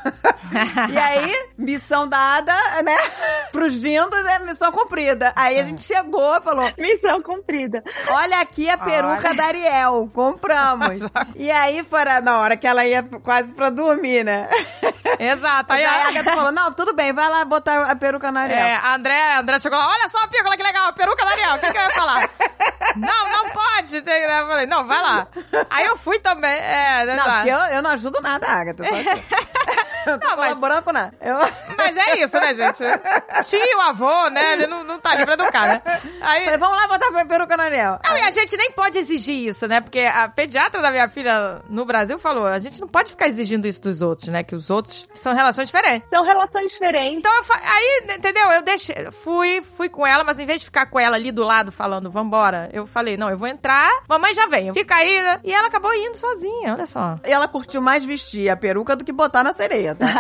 E aí, missão dada, né, pros dindos, missão cumprida. Aí a gente chegou e falou, missão cumprida. Olha aqui a peruca da Ariel, compramos. E aí, na hora que ela ia quase pra dormir, né? Exato. Aí a Agatha falou, não, tudo bem, vai lá botar a peruca na Ariel. A André chegou lá, olha só a Pícola, que legal, a peruca da Ariel, o que eu ia falar? Não pode. Eu falei, não, vai lá. Aí eu fui também. Não, porque eu não ajudo nada, Agatha, só que... Eu tô colaborando com nada. Mas é isso, né, gente? Tio, avô, né? Ele não tá ali pra educar, né? Aí... Falei, vamos lá botar a peruca na Ariel. Não, e a gente nem pode exigir isso, né? Porque a pediatra da minha filha no Brasil falou, a gente não pode ficar exigindo isso dos outros, né? Que os outros são relações diferentes. São relações diferentes. Então, aí, entendeu? Eu deixei, fui com ela, mas em vez de ficar com ela ali do lado falando, vambora, eu falei, não, eu vou entrar, mamãe já vem, fica aí, né? E ela acabou indo sozinha, olha só. E ela curtiu mais vestir a peruca do que botar na sereia, tá?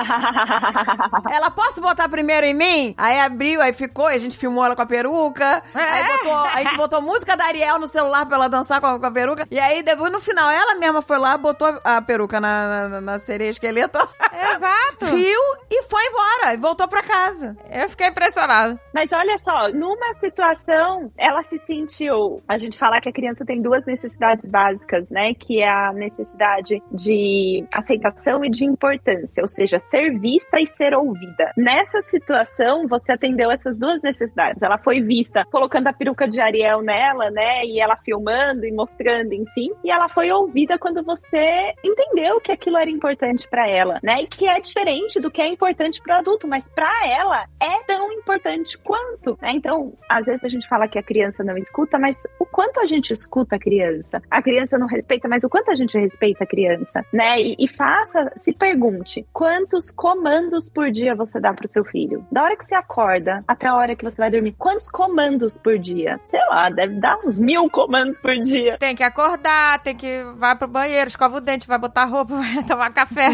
Ela, posso botar primeiro em mim? Aí abriu, aí ficou, e a gente filmou ela com a peruca. Aí a gente botou música da Ariel no celular pra ela dançar com a peruca. E aí, depois, no final, ela mesma foi lá, botou a peruca na sereia esqueleto. Exato. Riu e foi embora. E voltou pra casa. Eu fiquei impressionada. Mas olha só, numa situação, ela se sentiu... A gente fala que a criança tem 2 necessidades básicas, né? Que é a necessidade de aceitação e de importância. Ou seja, ser vista e ser ouvida. Nessa situação, você atendeu essas 2 necessidades. Ela foi vista colocando a peruca de Ariel nela, né? E ela filmando e mostrando, enfim. E ela foi ouvida quando você entendeu que aquilo era importante pra ela, né? E que é diferente do que é importante pro adulto, mas pra ela é tão importante quanto, né? Então, às vezes a gente fala que a criança não escuta, mas o quanto a gente escuta a criança? A criança não respeita, mas o quanto a gente respeita a criança, né? E se pergunte, quantos comandos por dia você dá pro seu filho? Da hora que você acorda até a hora que você vai dormir, quantos comandos por dia? Sei lá, deve dar uns 1000 comandos por dia. Tem que acordar, vai pro banheiro, escova o dente, vai botar roupa, vai tomar café.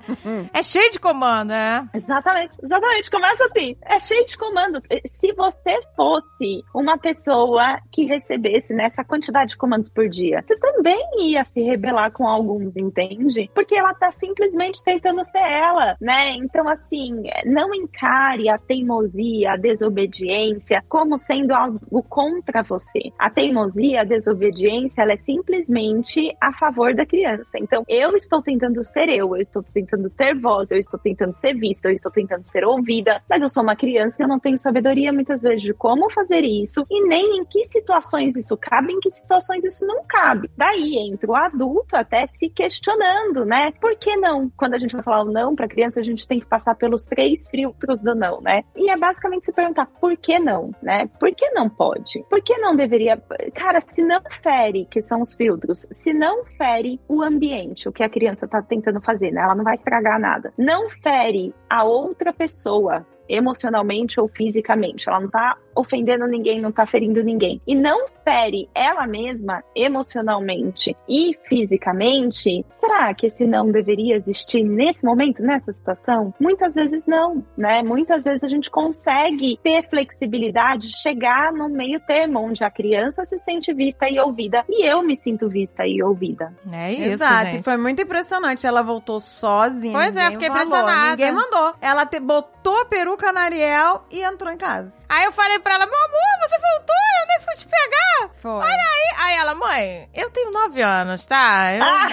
É cheio de comando, né? Exatamente. Começa assim, é cheio de comando. Se você fosse uma pessoa que recebesse nessa quantidade de comandos por dia, você também ia se rebelar com alguns, entende? Porque ela tá simplesmente tentando ser ela, né? Então, assim, não encare a teimosia, a desobediência como sendo algo contra você. A teimosia, a desobediência, ela é simplesmente a favor da criança. Então, eu estou tentando ser eu estou tentando ter voz, eu estou tentando ser vista, eu estou tentando ser ouvida, mas eu sou uma criança e eu não tenho sabedoria muitas vezes de como fazer isso e nem em que situações isso cabe, em que situações isso não cabe. Daí entra o adulto até se questionando, né? Por que não? Quando a gente vai falar o não para criança, a gente tem que passar pelos 3 filtros do não, né? E é basicamente se perguntar por que não, né? Por que não pode? Por que não deveria? Cara, se não fere, que são os filtros, se não fere o ambiente, o que a criança tá tentando fazer, né? Ela não vai estragar nada. Não fere a outra pessoa emocionalmente ou fisicamente. Ela não tá ofendendo ninguém, não tá ferindo ninguém. E não fere ela mesma emocionalmente e fisicamente, será que esse não deveria existir nesse momento, nessa situação? Muitas vezes não, né? Muitas vezes a gente consegue ter flexibilidade, chegar no meio termo, onde a criança se sente vista e ouvida e eu me sinto vista e ouvida. É isso, exato, gente. E foi muito impressionante. Ela voltou sozinha. Pois é, fiquei impressionada. Ninguém mandou. Ela botou a peruca na Ariel e entrou em casa. Aí eu falei pra ela, meu amor, você voltou? Eu nem fui te pegar. Foi. Olha aí. Aí ela, mãe, eu tenho 9 anos, tá?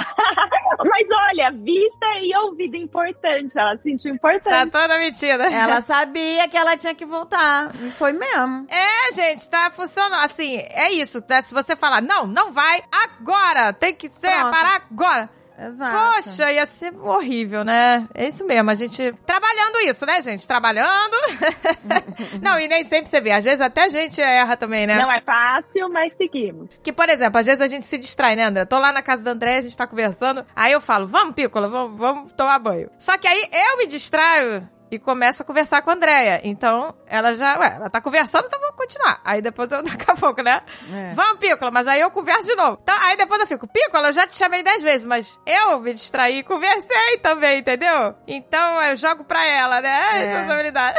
Mas olha, vista e ouvida importante. Ela se sentiu importante. Tá toda mentira. Ela sabia que ela tinha que voltar. E foi mesmo. É, gente, tá funcionando. Assim, é isso. Né? Se você falar, não vai agora. Tem que ser, Pronto. parar agora. Exato. Poxa, ia ser horrível, né? É isso mesmo, a gente trabalhando isso, né, gente? Trabalhando. Não, e nem sempre você vê. Às vezes até a gente erra também, né? Não é fácil, mas seguimos. Que, por exemplo, às vezes a gente se distrai, né, André? Tô lá na casa da André, a gente tá conversando. Aí eu falo, vamos, Pícola, vamos tomar banho. Só que aí eu me distraio e começo a conversar com a Andréia. Então, ela ela tá conversando, então vou continuar. Aí depois eu, daqui a pouco, né? Vamos, Pícola, mas aí eu converso de novo. Então, aí depois eu fico, Pícola, eu já te chamei 10 vezes, mas eu me distraí e conversei também, entendeu? Então, eu jogo pra ela, né? Responsabilidade.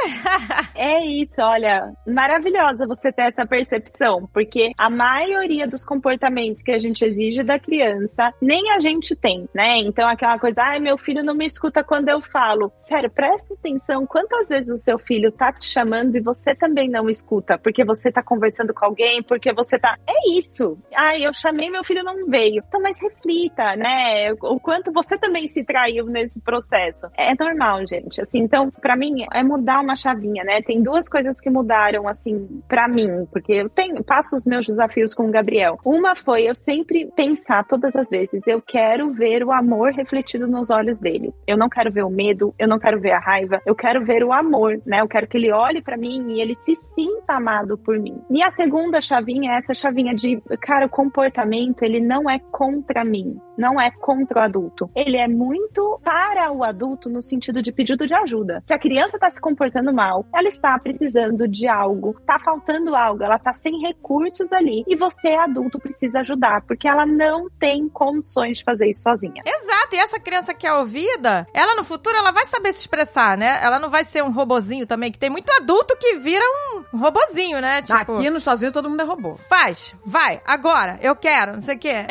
É isso, olha, maravilhosa você ter essa percepção, porque a maioria dos comportamentos que a gente exige da criança, nem a gente tem, né? Então, aquela coisa, meu filho não me escuta quando eu falo. Sério, presta atenção quantas vezes o seu filho tá te chamando e você também não escuta, porque você tá conversando com alguém, porque você tá... É isso. Eu chamei, meu filho não veio. Então, mas reflita, né? O quanto você também se traiu nesse processo. É normal, gente. Assim, então, pra mim, é mudar uma chavinha, né? Tem 2 coisas que mudaram, assim, pra mim, porque eu passo os meus desafios com o Gabriel. Uma foi eu sempre pensar todas as vezes, eu quero ver o amor refletido nos olhos dele. Eu não quero ver o medo, eu não quero ver a raiva, eu quero ver o amor, né? Eu quero que ele olhe pra mim e ele se sinta amado por mim. E a segunda chavinha é essa chavinha de, cara, o comportamento, ele não é contra mim, não é contra o adulto. Ele é muito para o adulto no sentido de pedido de ajuda. Se a criança tá se comportando mal, ela está precisando de algo, tá faltando algo, ela tá sem recursos ali e você, adulto, precisa ajudar, porque ela não tem condições de fazer isso sozinha. Exato, e essa criança que é ouvida, ela no futuro, ela vai saber se expressar, né? Ela não vai ser um robozinho também, que tem muito adulto que vira um robozinho, né? Tipo, aqui nos Estados Unidos todo mundo é robô. Vai, agora, eu quero, não sei o quê.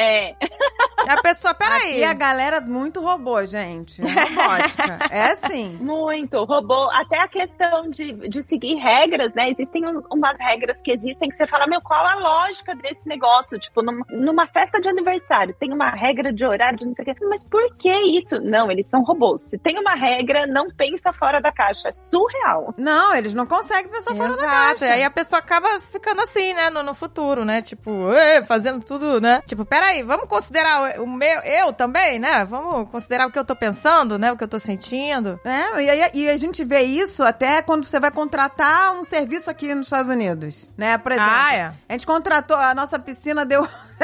A pessoa, peraí. Aqui a galera é muito robô, gente. É robótica. É sim. Muito. Robô. Até a questão de seguir regras, né? Existem umas regras que existem que você fala, qual a lógica desse negócio? Tipo, numa festa de aniversário, tem uma regra de horário, de não sei o quê. Mas por que isso? Não, eles são robôs. Se tem uma regra, não pensa fora da caixa. É surreal. Não, eles não conseguem pensar fora da caixa. E aí a pessoa acaba ficando assim, né? No futuro, né? Tipo, fazendo tudo, né? Tipo, peraí, vamos considerar o meu, eu também, né? Vamos considerar o que eu tô pensando, né? O que eu tô sentindo. E a gente vê isso até quando você vai contratar um serviço aqui nos Estados Unidos, né? Por exemplo, a gente contratou, a nossa piscina deu...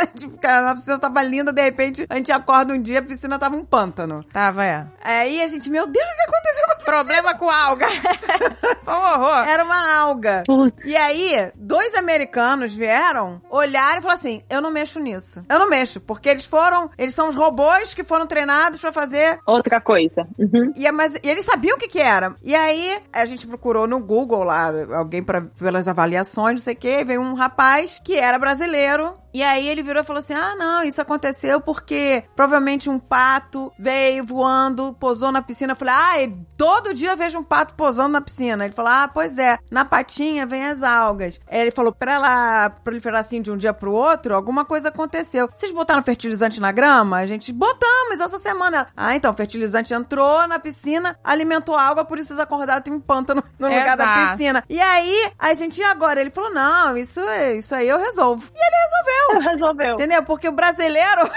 A piscina tava linda, de repente, a gente acorda um dia, a piscina tava um pântano. Tava, Aí a gente, meu Deus, o que aconteceu com a piscina? Problema com alga. Foi um horror. Era uma alga. Putz. E aí, 2 americanos vieram, olharam e falaram assim, eu não mexo nisso. Eu não mexo, porque eles são os robôs que foram treinados pra fazer... outra coisa. Uhum. E eles sabiam o que era. E aí, a gente procurou no Google lá, alguém pelas avaliações, não sei o quê, veio um rapaz que era brasileiro E aí ele virou e falou assim, não, isso aconteceu porque provavelmente um pato veio voando, pousou na piscina. Eu falei, todo dia eu vejo um pato pousando na piscina. Ele falou, pois é, na patinha vem as algas. Ele falou, pra ela proliferar assim de um dia pro outro, alguma coisa aconteceu. Vocês botaram fertilizante na grama? A gente, botamos essa semana. Então, o fertilizante entrou na piscina, alimentou a alga, por isso vocês acordaram, tem um pântano no lugar da piscina. E aí, a gente, e agora? Ele falou, não, isso aí eu resolvo. E ele resolveu. Entendeu? Porque o brasileiro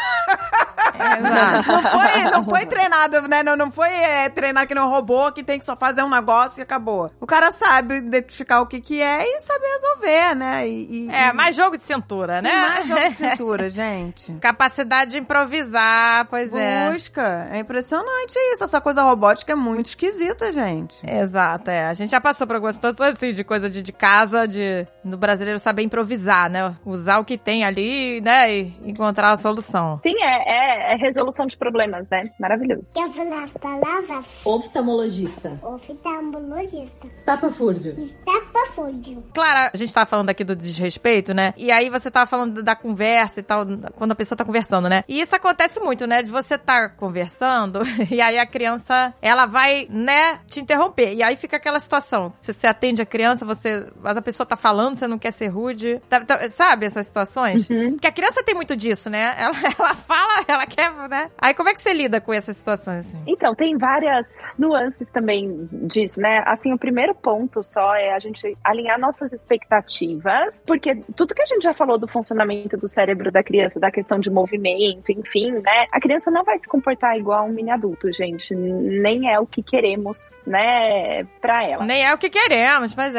não foi treinado, né? Não foi treinado que nem um robô que tem que só fazer um negócio e acabou. O cara sabe identificar o que é e sabe resolver, né? Mais jogo de cintura, né? Mais jogo de cintura, gente. Capacidade de improvisar, pois é. Busca. É impressionante isso. Essa coisa robótica é muito esquisita, gente. Exato, A gente já passou por algumas situações assim, de coisa de casa, do brasileiro saber improvisar, né? Usar o que tem ali, né? E encontrar a solução. Sim, é resolução de problemas, né? Maravilhoso. Quer falar as palavras? Oftalmologista. Oftalmologista. Estapafúrdio. Estapafúrdio. Clara, a gente tava falando aqui do desrespeito, né? E aí você tava falando da conversa e tal, quando a pessoa tá conversando, né? E isso acontece muito, né? De você tá conversando e aí a criança, ela vai, né, te interromper. E aí fica aquela situação. Você atende a criança, mas a pessoa tá falando, você não quer ser rude. Sabe essas situações? Uhum. Porque a criança tem muito disso, né? Ela fala, ela quer, né? Aí como é que você lida com essas situações, assim? Então, tem várias nuances também disso, né? Assim, o primeiro ponto só é a gente alinhar nossas expectativas, porque tudo que a gente já falou do funcionamento do cérebro da criança, da questão de movimento, enfim, né? A criança não vai se comportar igual um mini adulto, gente. Nem é o que queremos, né, pra ela. Nem é o que queremos, mas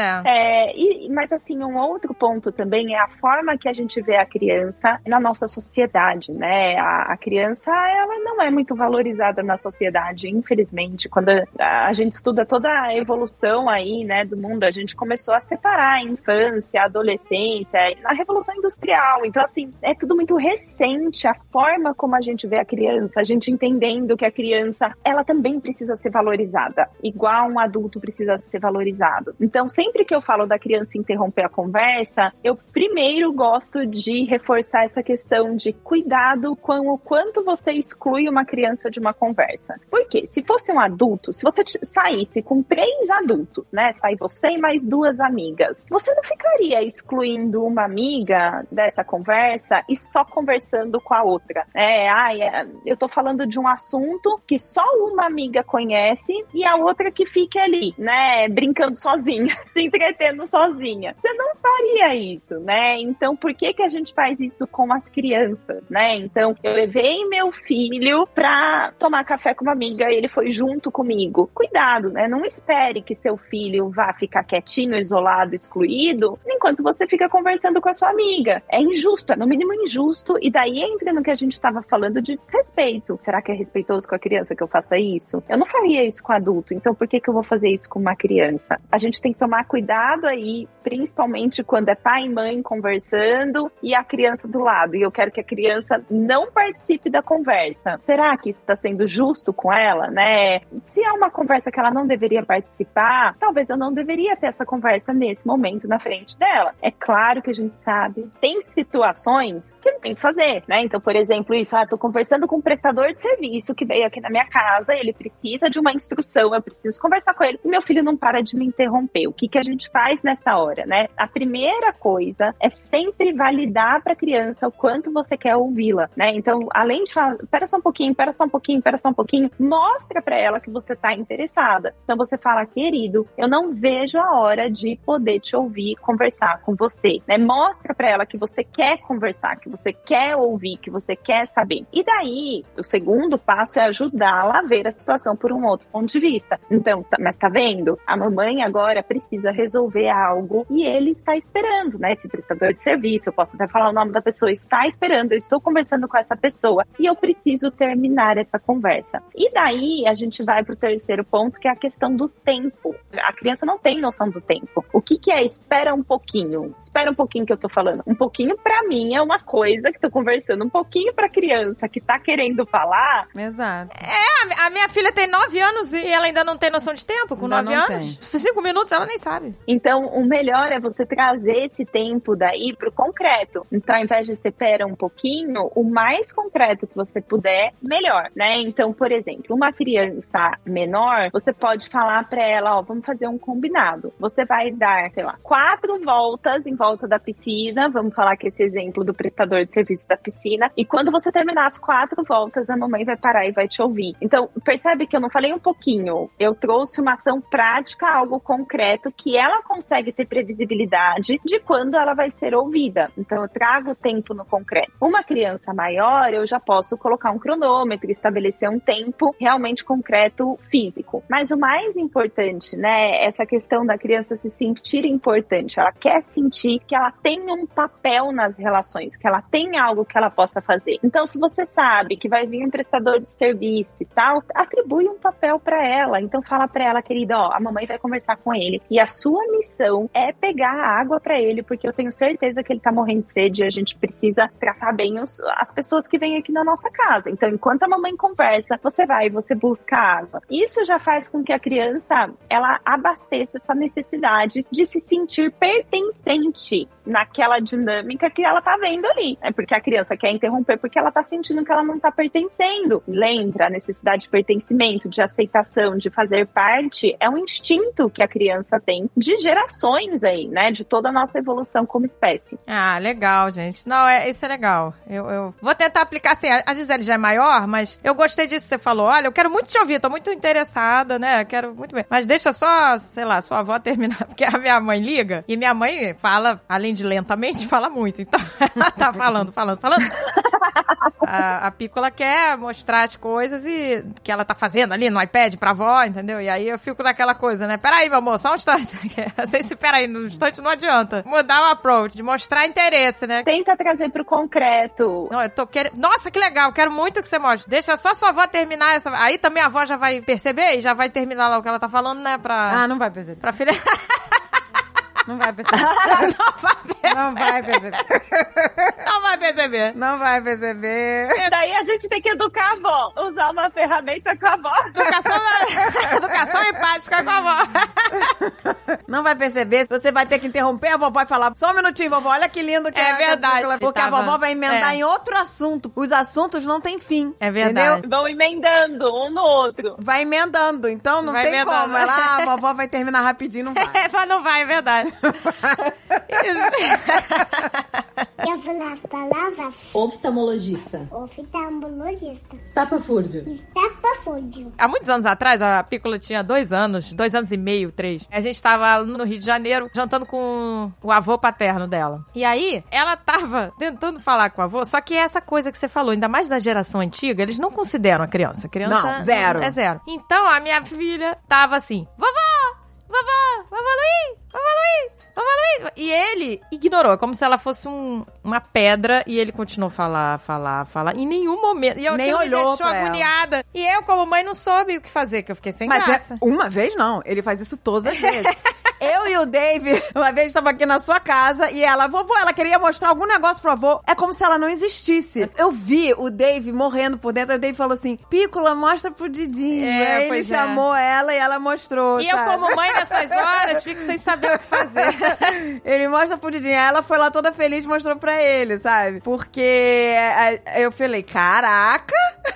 mas assim, um outro ponto também é a forma que a gente vê a criança na nossa sociedade, né? A criança, ela não é muito valorizada na sociedade, infelizmente. Quando a gente estuda toda a evolução aí, né, do mundo, a gente começou a separar a infância, a adolescência, a Revolução Industrial. Então, assim, é tudo muito recente, a forma como a gente vê a criança, a gente entendendo que a criança, ela também precisa ser valorizada, igual um adulto precisa ser valorizado. Então, sempre que eu falo da criança interromper a conversa, eu primeiro gosto de reforçar essa questão de cuidado com o quanto você exclui uma criança de uma conversa. Porque se fosse um adulto, se você saísse com 3 adultos, né, sai você e mais 2 amigas, você não ficaria excluindo uma amiga dessa conversa e só conversando com a outra. Eu tô falando de um assunto que só uma amiga conhece e a outra que fica ali, né, brincando sozinha, se entretendo sozinha. Você não faria isso, né? Então, por que a gente faz isso com as crianças, né? Então, eu levei meu filho pra tomar café com uma amiga e ele foi junto comigo. Cuidado, né? Não espere que seu filho vá ficar quietinho, isolado, excluído, enquanto você fica conversando com a sua amiga. É injusto, é no mínimo injusto, e daí entra no que a gente estava falando de desrespeito. Será que é respeitoso com a criança que eu faça isso? Eu não faria isso com adulto, então por que eu vou fazer isso com uma criança? A gente tem que tomar cuidado aí, principalmente quando é pai e mãe conversando e a criança do lado, e eu quero que a criança não participe da conversa. Será que isso está sendo justo com ela, né? Se é uma conversa que ela não deveria participar, talvez eu não deveria ter essa conversa nesse momento na frente dela. É claro que a gente sabe, tem situações que não tem que fazer, né? Então, por exemplo, isso, tô conversando com um prestador de serviço que veio aqui na minha casa, ele precisa de uma instrução, eu preciso conversar com ele, e meu filho não para de me interromper. O que a gente faz nessa hora, né? A primeira coisa é sempre validar para a criança o quanto você quer ouvi-la, né? Então, além de falar, espera só um pouquinho, mostra para ela que você tá interessada. Então, você fala, querido, eu não vejo a hora de poder te ouvir, conversar com você, né? Mostra para ela que você quer conversar, que você quer ouvir, que você quer saber. E daí, o segundo passo é ajudá-la a ver a situação por um outro ponto de vista. Então, mas tá vendo? A mamãe agora precisa resolver algo e ele está esperando, né? Esse prestador de serviço, eu posso até falar o nome da pessoa, está esperando, eu estou conversando com essa pessoa e eu preciso terminar essa conversa. E daí, a gente vai pro terceiro ponto, que é a questão do tempo. A criança não tem noção do tempo. O que é espera um pouquinho? Espera um pouquinho que eu tô falando. Um pouquinho pra mim é uma coisa que tô conversando, um pouquinho pra criança que tá querendo falar. Exato. A minha filha tem 9 anos e ela ainda não tem noção de tempo. Com Ainda 9 não anos, 5 minutos ela nem sabe. Então, o melhor é você trazer esse tempo daí pro concreto. Então, ao invés de você pera um pouquinho, o mais concreto que você puder, melhor, né? Então, por exemplo, uma criança menor, você pode falar pra ela, ó, vamos fazer um combinado. Você vai dar, sei lá, 4 voltas em volta da piscina, vamos falar que esse exemplo do prestador de serviço da piscina, e quando você terminar as 4 voltas, a mamãe vai parar e vai te ouvir. Então, percebe que eu não falei um pouquinho, eu trouxe uma ação prática, algo concreto, que ela consegue ter previsibilidade de quando ela vai ser ouvida. Então, eu trago o tempo no concreto. Uma criança maior, eu já posso colocar um cronômetro, estabelecer um tempo realmente concreto, físico. Mas o mais importante, né, essa questão da criança se sentir importante. Ela quer sentir que ela tem um papel nas relações, que ela tem algo que ela possa fazer. Então, se você sabe que vai vir um prestador de serviço e tal, atribui um papel pra ela. Então, fala pra ela, querida, ó, a mamãe vai conversar com ele e a sua missão é pegar a água pra ele, porque eu tenho certeza que ele tá morrendo de sede e a gente precisa tratar bem as pessoas que vêm aqui na nossa casa. Então, enquanto a mamãe conversa, você vai e você busca água. Isso já faz com que a criança, ela abasteça essa necessidade de se sentir pertencente naquela dinâmica que ela tá vendo ali. É porque a criança quer interromper porque ela tá sentindo que ela não tá pertencendo. Lembra, a necessidade de pertencimento, de aceitação, de fazer parte, é um instinto que a criança tem de gerações aí, né? De toda a nossa evolução como espécie. Ah, legal, gente. Não, isso é legal. Eu vou tentar aplicar, assim, a Gisele já é maior, mas eu gostei disso que você falou. Olha, eu quero muito te ouvir, tô muito interessada, né? Quero muito bem. Mas deixa só, sei lá, sua avó terminar, porque a minha mãe liga, e minha mãe fala, além de lentamente, fala muito. Então, ela tá falando. A Piccola quer mostrar as coisas e que ela tá fazendo ali no iPad pra avó, entendeu? E aí eu fico naquela coisa, né? Peraí, meu amor, só um instante. Se peraí, no instante não adianta. Mudar o approach, de mostrar interesse, né? Tenta trazer pro concreto. Não, eu tô querendo... Nossa, que legal, quero muito que você mostre. Deixa só sua avó terminar essa... Aí também a avó já vai perceber e já vai terminar lá o que ela tá falando, né? Ah, não vai perceber. Pra filha... Não vai perceber. Não vai perceber. Não vai perceber. Daí a gente tem que educar a avó. Usar uma ferramenta com a avó. Educação empática com a avó. Não vai perceber. Você vai ter que interromper a vovó e falar, só um minutinho, vovó, olha que lindo que é verdade. Porque a vovó vai emendar em outro assunto. Os assuntos não têm fim. É verdade. Entendeu? Vão emendando um no outro. Vai emendando, então não tem como. A vovó vai terminar rapidinho, não vai. Não vai, é verdade. Eu falar as palavras. Oftalmologista. Oftalmologista. Estapafúrdio. Estapafúrdio. Há muitos anos atrás, a Piccola tinha 2 anos e meio, 3. A gente tava no Rio de Janeiro, jantando com o avô paterno dela. E aí, ela tava tentando falar com o avô, só que essa coisa que você falou, ainda mais da geração antiga, eles não consideram a criança. A criança não, zero. É zero. Então, a minha filha tava assim, vovó Luiz. E ele ignorou, como se ela fosse uma pedra, e ele continuou a falar. Em nenhum momento. E eu nem olhou me deixou agoniada. E eu, como mãe, não soube o que fazer, que eu fiquei sem graça. Uma vez não, ele faz isso todas as vezes. Eu e o Dave, uma vez estava aqui na sua casa e ela, vovô, ela queria mostrar algum negócio pro avô. É como se ela não existisse. Eu vi o Dave morrendo por dentro. Aí o Dave falou assim, Piccola, mostra pro Didinho. Aí ele chamou ela e ela mostrou. E eu, como mãe, nessas horas, fico sem saber o que fazer. Ele mostra pro Didinho. Aí ela foi lá toda feliz e mostrou pra ele, sabe? Porque eu falei, caraca!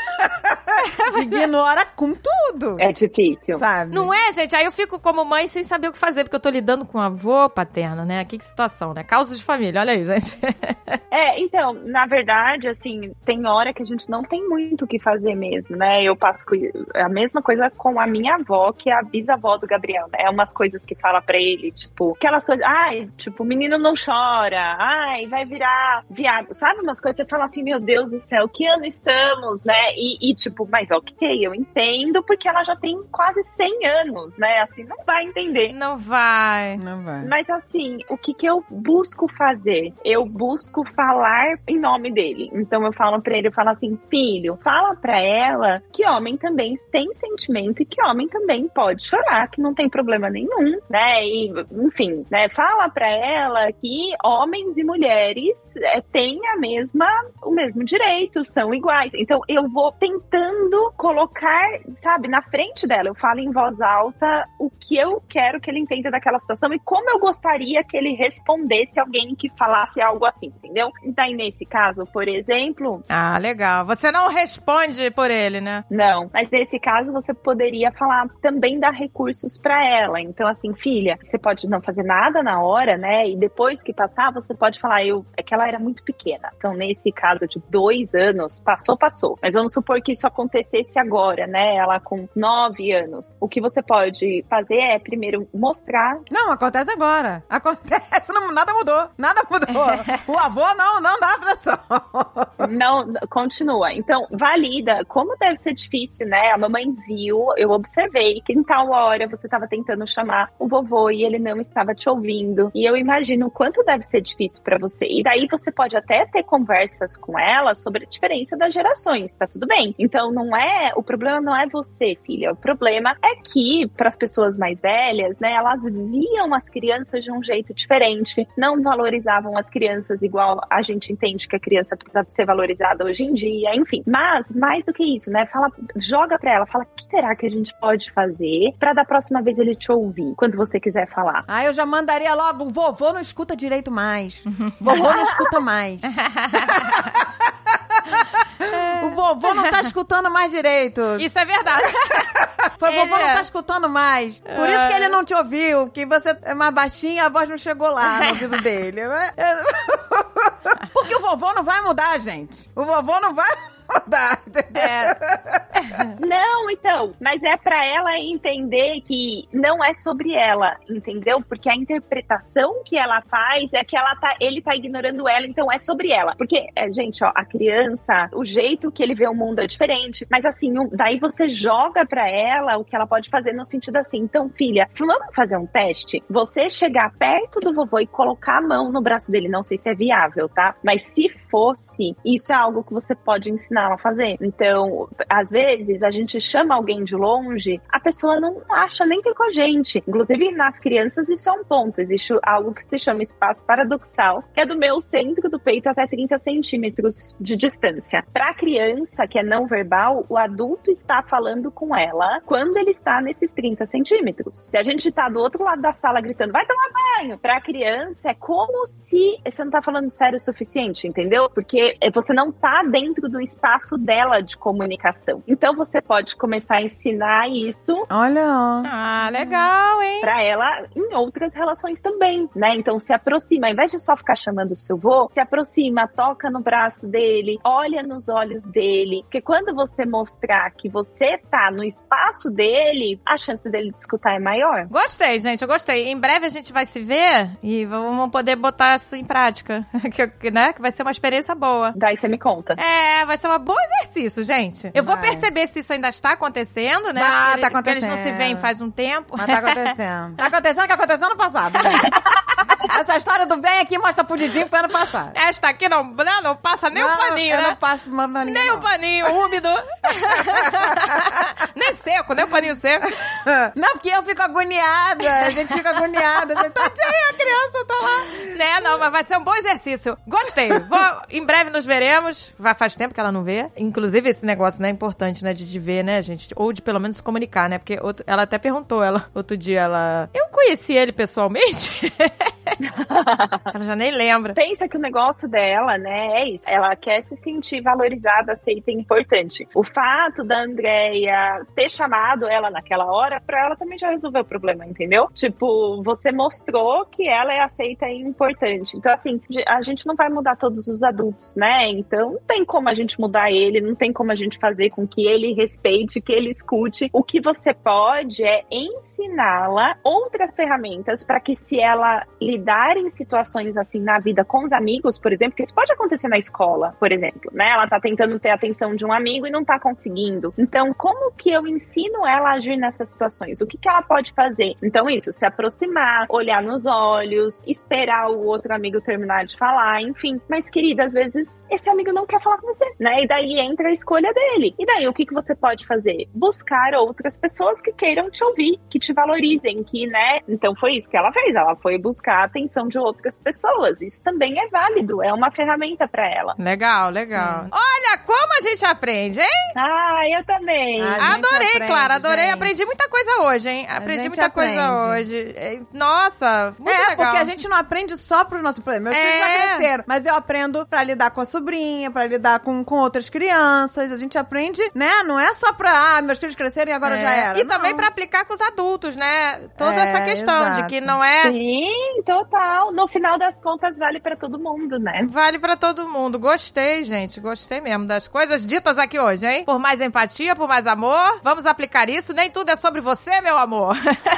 Ignora com tudo. É difícil. Sabe? Não é, gente? Aí eu fico como mãe sem saber o que fazer, porque eu tô lidando com avô paterno, né? Que situação, né? Causas de família, olha aí, gente. Então, na verdade, assim, tem hora que a gente não tem muito o que fazer mesmo, né? Eu passo a mesma coisa com a minha avó, que é a bisavó do Gabriel, né? É umas coisas que fala pra ele, tipo, aquelas coisas, tipo, o menino não chora, vai virar viado, sabe? Umas coisas que você fala assim, meu Deus do céu, que ano estamos, né? E tipo, mas ok, eu entendo, porque ela já tem quase 100 anos, né? Assim, não vai entender. Não vai. Mas assim, o que eu busco fazer? Eu busco falar em nome dele. Então eu falo pra ele, eu falo assim, filho, fala pra ela que homem também tem sentimento e que homem também pode chorar, que não tem problema nenhum, né? E, enfim, né? Fala pra ela que homens e mulheres têm o mesmo direito, são iguais. Então eu vou tentando tentando colocar, sabe, na frente dela. Eu falo em voz alta o que eu quero que ele entenda daquela situação e como eu gostaria que ele respondesse alguém que falasse algo assim, entendeu? Então, nesse caso, por exemplo... Ah, legal. Você não responde por ele, né? Não, mas nesse caso você poderia falar, também dar recursos pra ela. Então, assim, filha, você pode não fazer nada na hora, né? E depois que passar, você pode falar, é que ela era muito pequena. Então, nesse caso de 2 anos, passou. Mas vamos supor que isso acontecesse agora, né? Ela com 9 anos. O que você pode fazer é, primeiro, mostrar... Não, acontece agora. Acontece, nada mudou. Nada mudou. O avô não dá pressão. Não, continua. Então, valida. Como deve ser difícil, né? A mamãe viu, eu observei que em tal hora você estava tentando chamar o vovô e ele não estava te ouvindo. E eu imagino o quanto deve ser difícil pra você. E daí você pode até ter conversas com ela sobre a diferença das gerações, tá tudo bem. Então, o problema não é você, filha. O problema é que, para as pessoas mais velhas, né, elas viam as crianças de um jeito diferente, não valorizavam as crianças igual a gente entende que a criança precisa ser valorizada hoje em dia, enfim. Mas, mais do que isso, né, joga pra ela, fala, o que será que a gente pode fazer pra da próxima vez ele te ouvir, quando você quiser falar? Eu já mandaria logo, o vovô não escuta direito mais. Vovô não escuta mais. O vovô não tá escutando mais direito. Isso é verdade. O vovô não tá escutando mais. Por isso que ele não te ouviu, que você é mais baixinha, a voz não chegou lá no ouvido dele. Porque o vovô não vai mudar, gente. O vovô não vai mudar, entendeu? Não, então, mas é pra ela entender que não é sobre ela, entendeu? Porque a interpretação que ela faz é que ele tá ignorando ela, então é sobre ela. Porque, gente, ó, a criança, o jeito que ele vê o mundo é diferente, mas assim, daí você joga pra ela o que ela pode fazer no sentido assim, então, filha, vamos fazer um teste? Você chegar perto do vovô e colocar a mão no braço dele, não sei se é viável, tá? Mas se fosse, isso é algo que você pode ensinar ela a fazer. Então, às vezes, a gente chama alguém de longe, a pessoa não acha nem que é com a gente. Inclusive, nas crianças, isso é um ponto. Existe algo que se chama espaço paradoxal, que é do meu centro do peito até 30 centímetros de distância. Para a criança, que é não verbal, o adulto está falando com ela quando ele está nesses 30 centímetros. Se a gente está do outro lado da sala gritando, vai tomar banho! Para a criança, é como se você não está falando sério o suficiente, entendeu? Porque você não está dentro do espaço dela de comunicação. Então, você pode começar a ensinar isso. Olha, Ah, legal, hein? Pra ela em outras relações também, né? Então, se aproxima, ao invés de só ficar chamando o seu vô, se aproxima, toca no braço dele, olha nos olhos dele. Porque quando você mostrar que você tá no espaço dele, a chance dele de escutar é maior. Gostei, gente, eu gostei. Em breve a gente vai se ver e vamos poder botar isso em prática, né? Que vai ser uma experiência boa. Daí você me conta. Vai ser um bom exercício, gente. Eu vou perceber se isso ainda está acontecendo, né? Tá acontecendo. Porque eles não se veem faz um tempo. Mas tá acontecendo. Tá acontecendo o que aconteceu no passado, gente. Essa história do bem aqui mostra pro Didinho foi ano passado. Esta aqui não passa nem um paninho, eu né? não passo um paninho. Nem um paninho úmido. Nem seco, nem um paninho seco. Não, porque eu fico agoniada. A gente fica agoniada. Tadinha, a criança tá lá. Né, não, mas vai ser um bom exercício. Gostei. Em breve nos veremos. Faz tempo que ela não vê. Inclusive, esse negócio, né, é importante, né, de ver, né, gente? Ou de pelo menos se comunicar, né? Porque ela até perguntou, outro dia, eu conheci ele pessoalmente? Ela já nem lembra. Pensa que o negócio dela, né, é isso. Ela quer se sentir valorizada, aceita e importante. O fato da Andréia ter chamado ela naquela hora, pra ela também já resolveu o problema, entendeu? Tipo, você mostrou que ela é aceita e importante. Então, assim, a gente não vai mudar todos os adultos, né? Então, não tem como a gente mudar ele, não tem como a gente fazer com que ele respeite, que ele escute. O que você pode é ensiná-la outras ferramentas para que, se ela lidar em situações assim na vida com os amigos, por exemplo, que isso pode acontecer na escola, por exemplo, né? Ela tá tentando ter a atenção de um amigo e não tá conseguindo. Então, como que eu ensino ela a agir nessas situações? O que ela pode fazer? Então, isso, se aproximar, olhar nos olhos, esperar o outro amigo terminar de falar, enfim. Mas, querida, às vezes esse amigo não quer falar com você, né? E daí entra a escolha dele. E daí, o que você pode fazer? Buscar outras pessoas que queiram te ouvir, que te valorizem, que, né? Então, foi isso que ela fez. Ela foi buscar a atenção de outras pessoas. Isso também é válido, é uma ferramenta para ela. Legal. Sim. Olha como a gente aprende, hein? Eu também. Adorei, aprende, Clara, adorei. gente. Aprendi muita coisa hoje, hein? Aprendi muita coisa hoje. Nossa, muito legal. Porque a gente não aprende só pro nosso problema. Meus filhos já cresceram, mas eu aprendo pra lidar com a sobrinha, pra lidar com outras crianças. A gente aprende, né? Não é só pra, meus filhos cresceram e agora já era. E também pra aplicar com os adultos, né? Toda essa questão de que não é... Sim, total. No final das contas, vale pra todo mundo, né? Vale pra todo mundo. Gostei, gente. Gostei mesmo das coisas ditas aqui hoje, hein? Por mais empatia, por mais amor. Vamos aplicar isso. Nem tudo é sobre você, meu amor.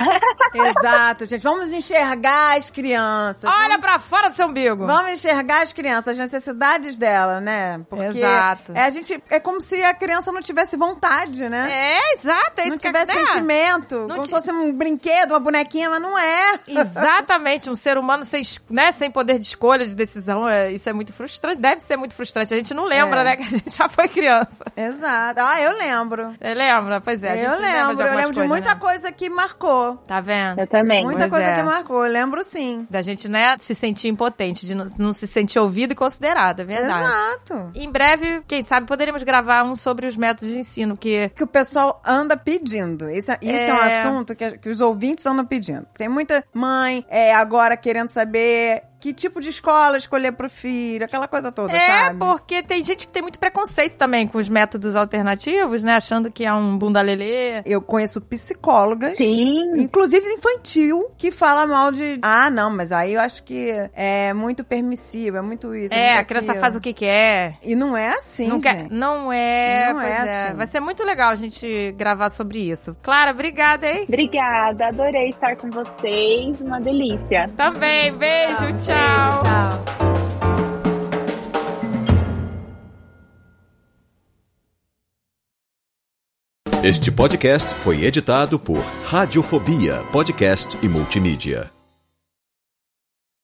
Exato, gente. Vamos enxergar as crianças. Olha pra fora do seu umbigo. Vamos enxergar as crianças, as necessidades dela, né? Porque Exato. É como se a criança não tivesse vontade, né? Exato. É não isso que tivesse sentimento. Como se fosse um brinquedo, uma bonequinha, mas não é. Exatamente. Um ser humano sem poder de escolha, de decisão. Isso é muito frustrante. Deve ser muito frustrante. A gente não lembra, né? Que a gente já foi criança. Exato. Eu lembro. Você lembra? Pois é. Eu lembro de muita coisa que marcou. Tá vendo? Eu também. Muita coisa que marcou. Eu lembro sim. Da gente, né, se sentir impotente, de não se sentir ouvido e considerado. É verdade. Exato. Em breve, quem sabe, poderemos gravar um sobre os métodos de ensino, que o pessoal anda pedindo. Isso é um assunto que os ouvintes andam pedindo. Tem muita mãe agora querendo saber que tipo de escola escolher pro filho, aquela coisa toda, sabe? Porque tem gente que tem muito preconceito também com os métodos alternativos, né? Achando que é um bunda lelê. Eu conheço psicólogas, sim, inclusive infantil, que fala mal de... não, mas aí eu acho que é muito permissivo, é muito isso. A criança faz o que quer. E não é assim, não gente. Não é assim. Vai ser muito legal a gente gravar sobre isso. Clara, obrigada, hein? Obrigada, adorei estar com vocês, uma delícia. Também, beijo, tchau. Tchau. Este podcast foi editado por Radiofobia, podcast e multimídia.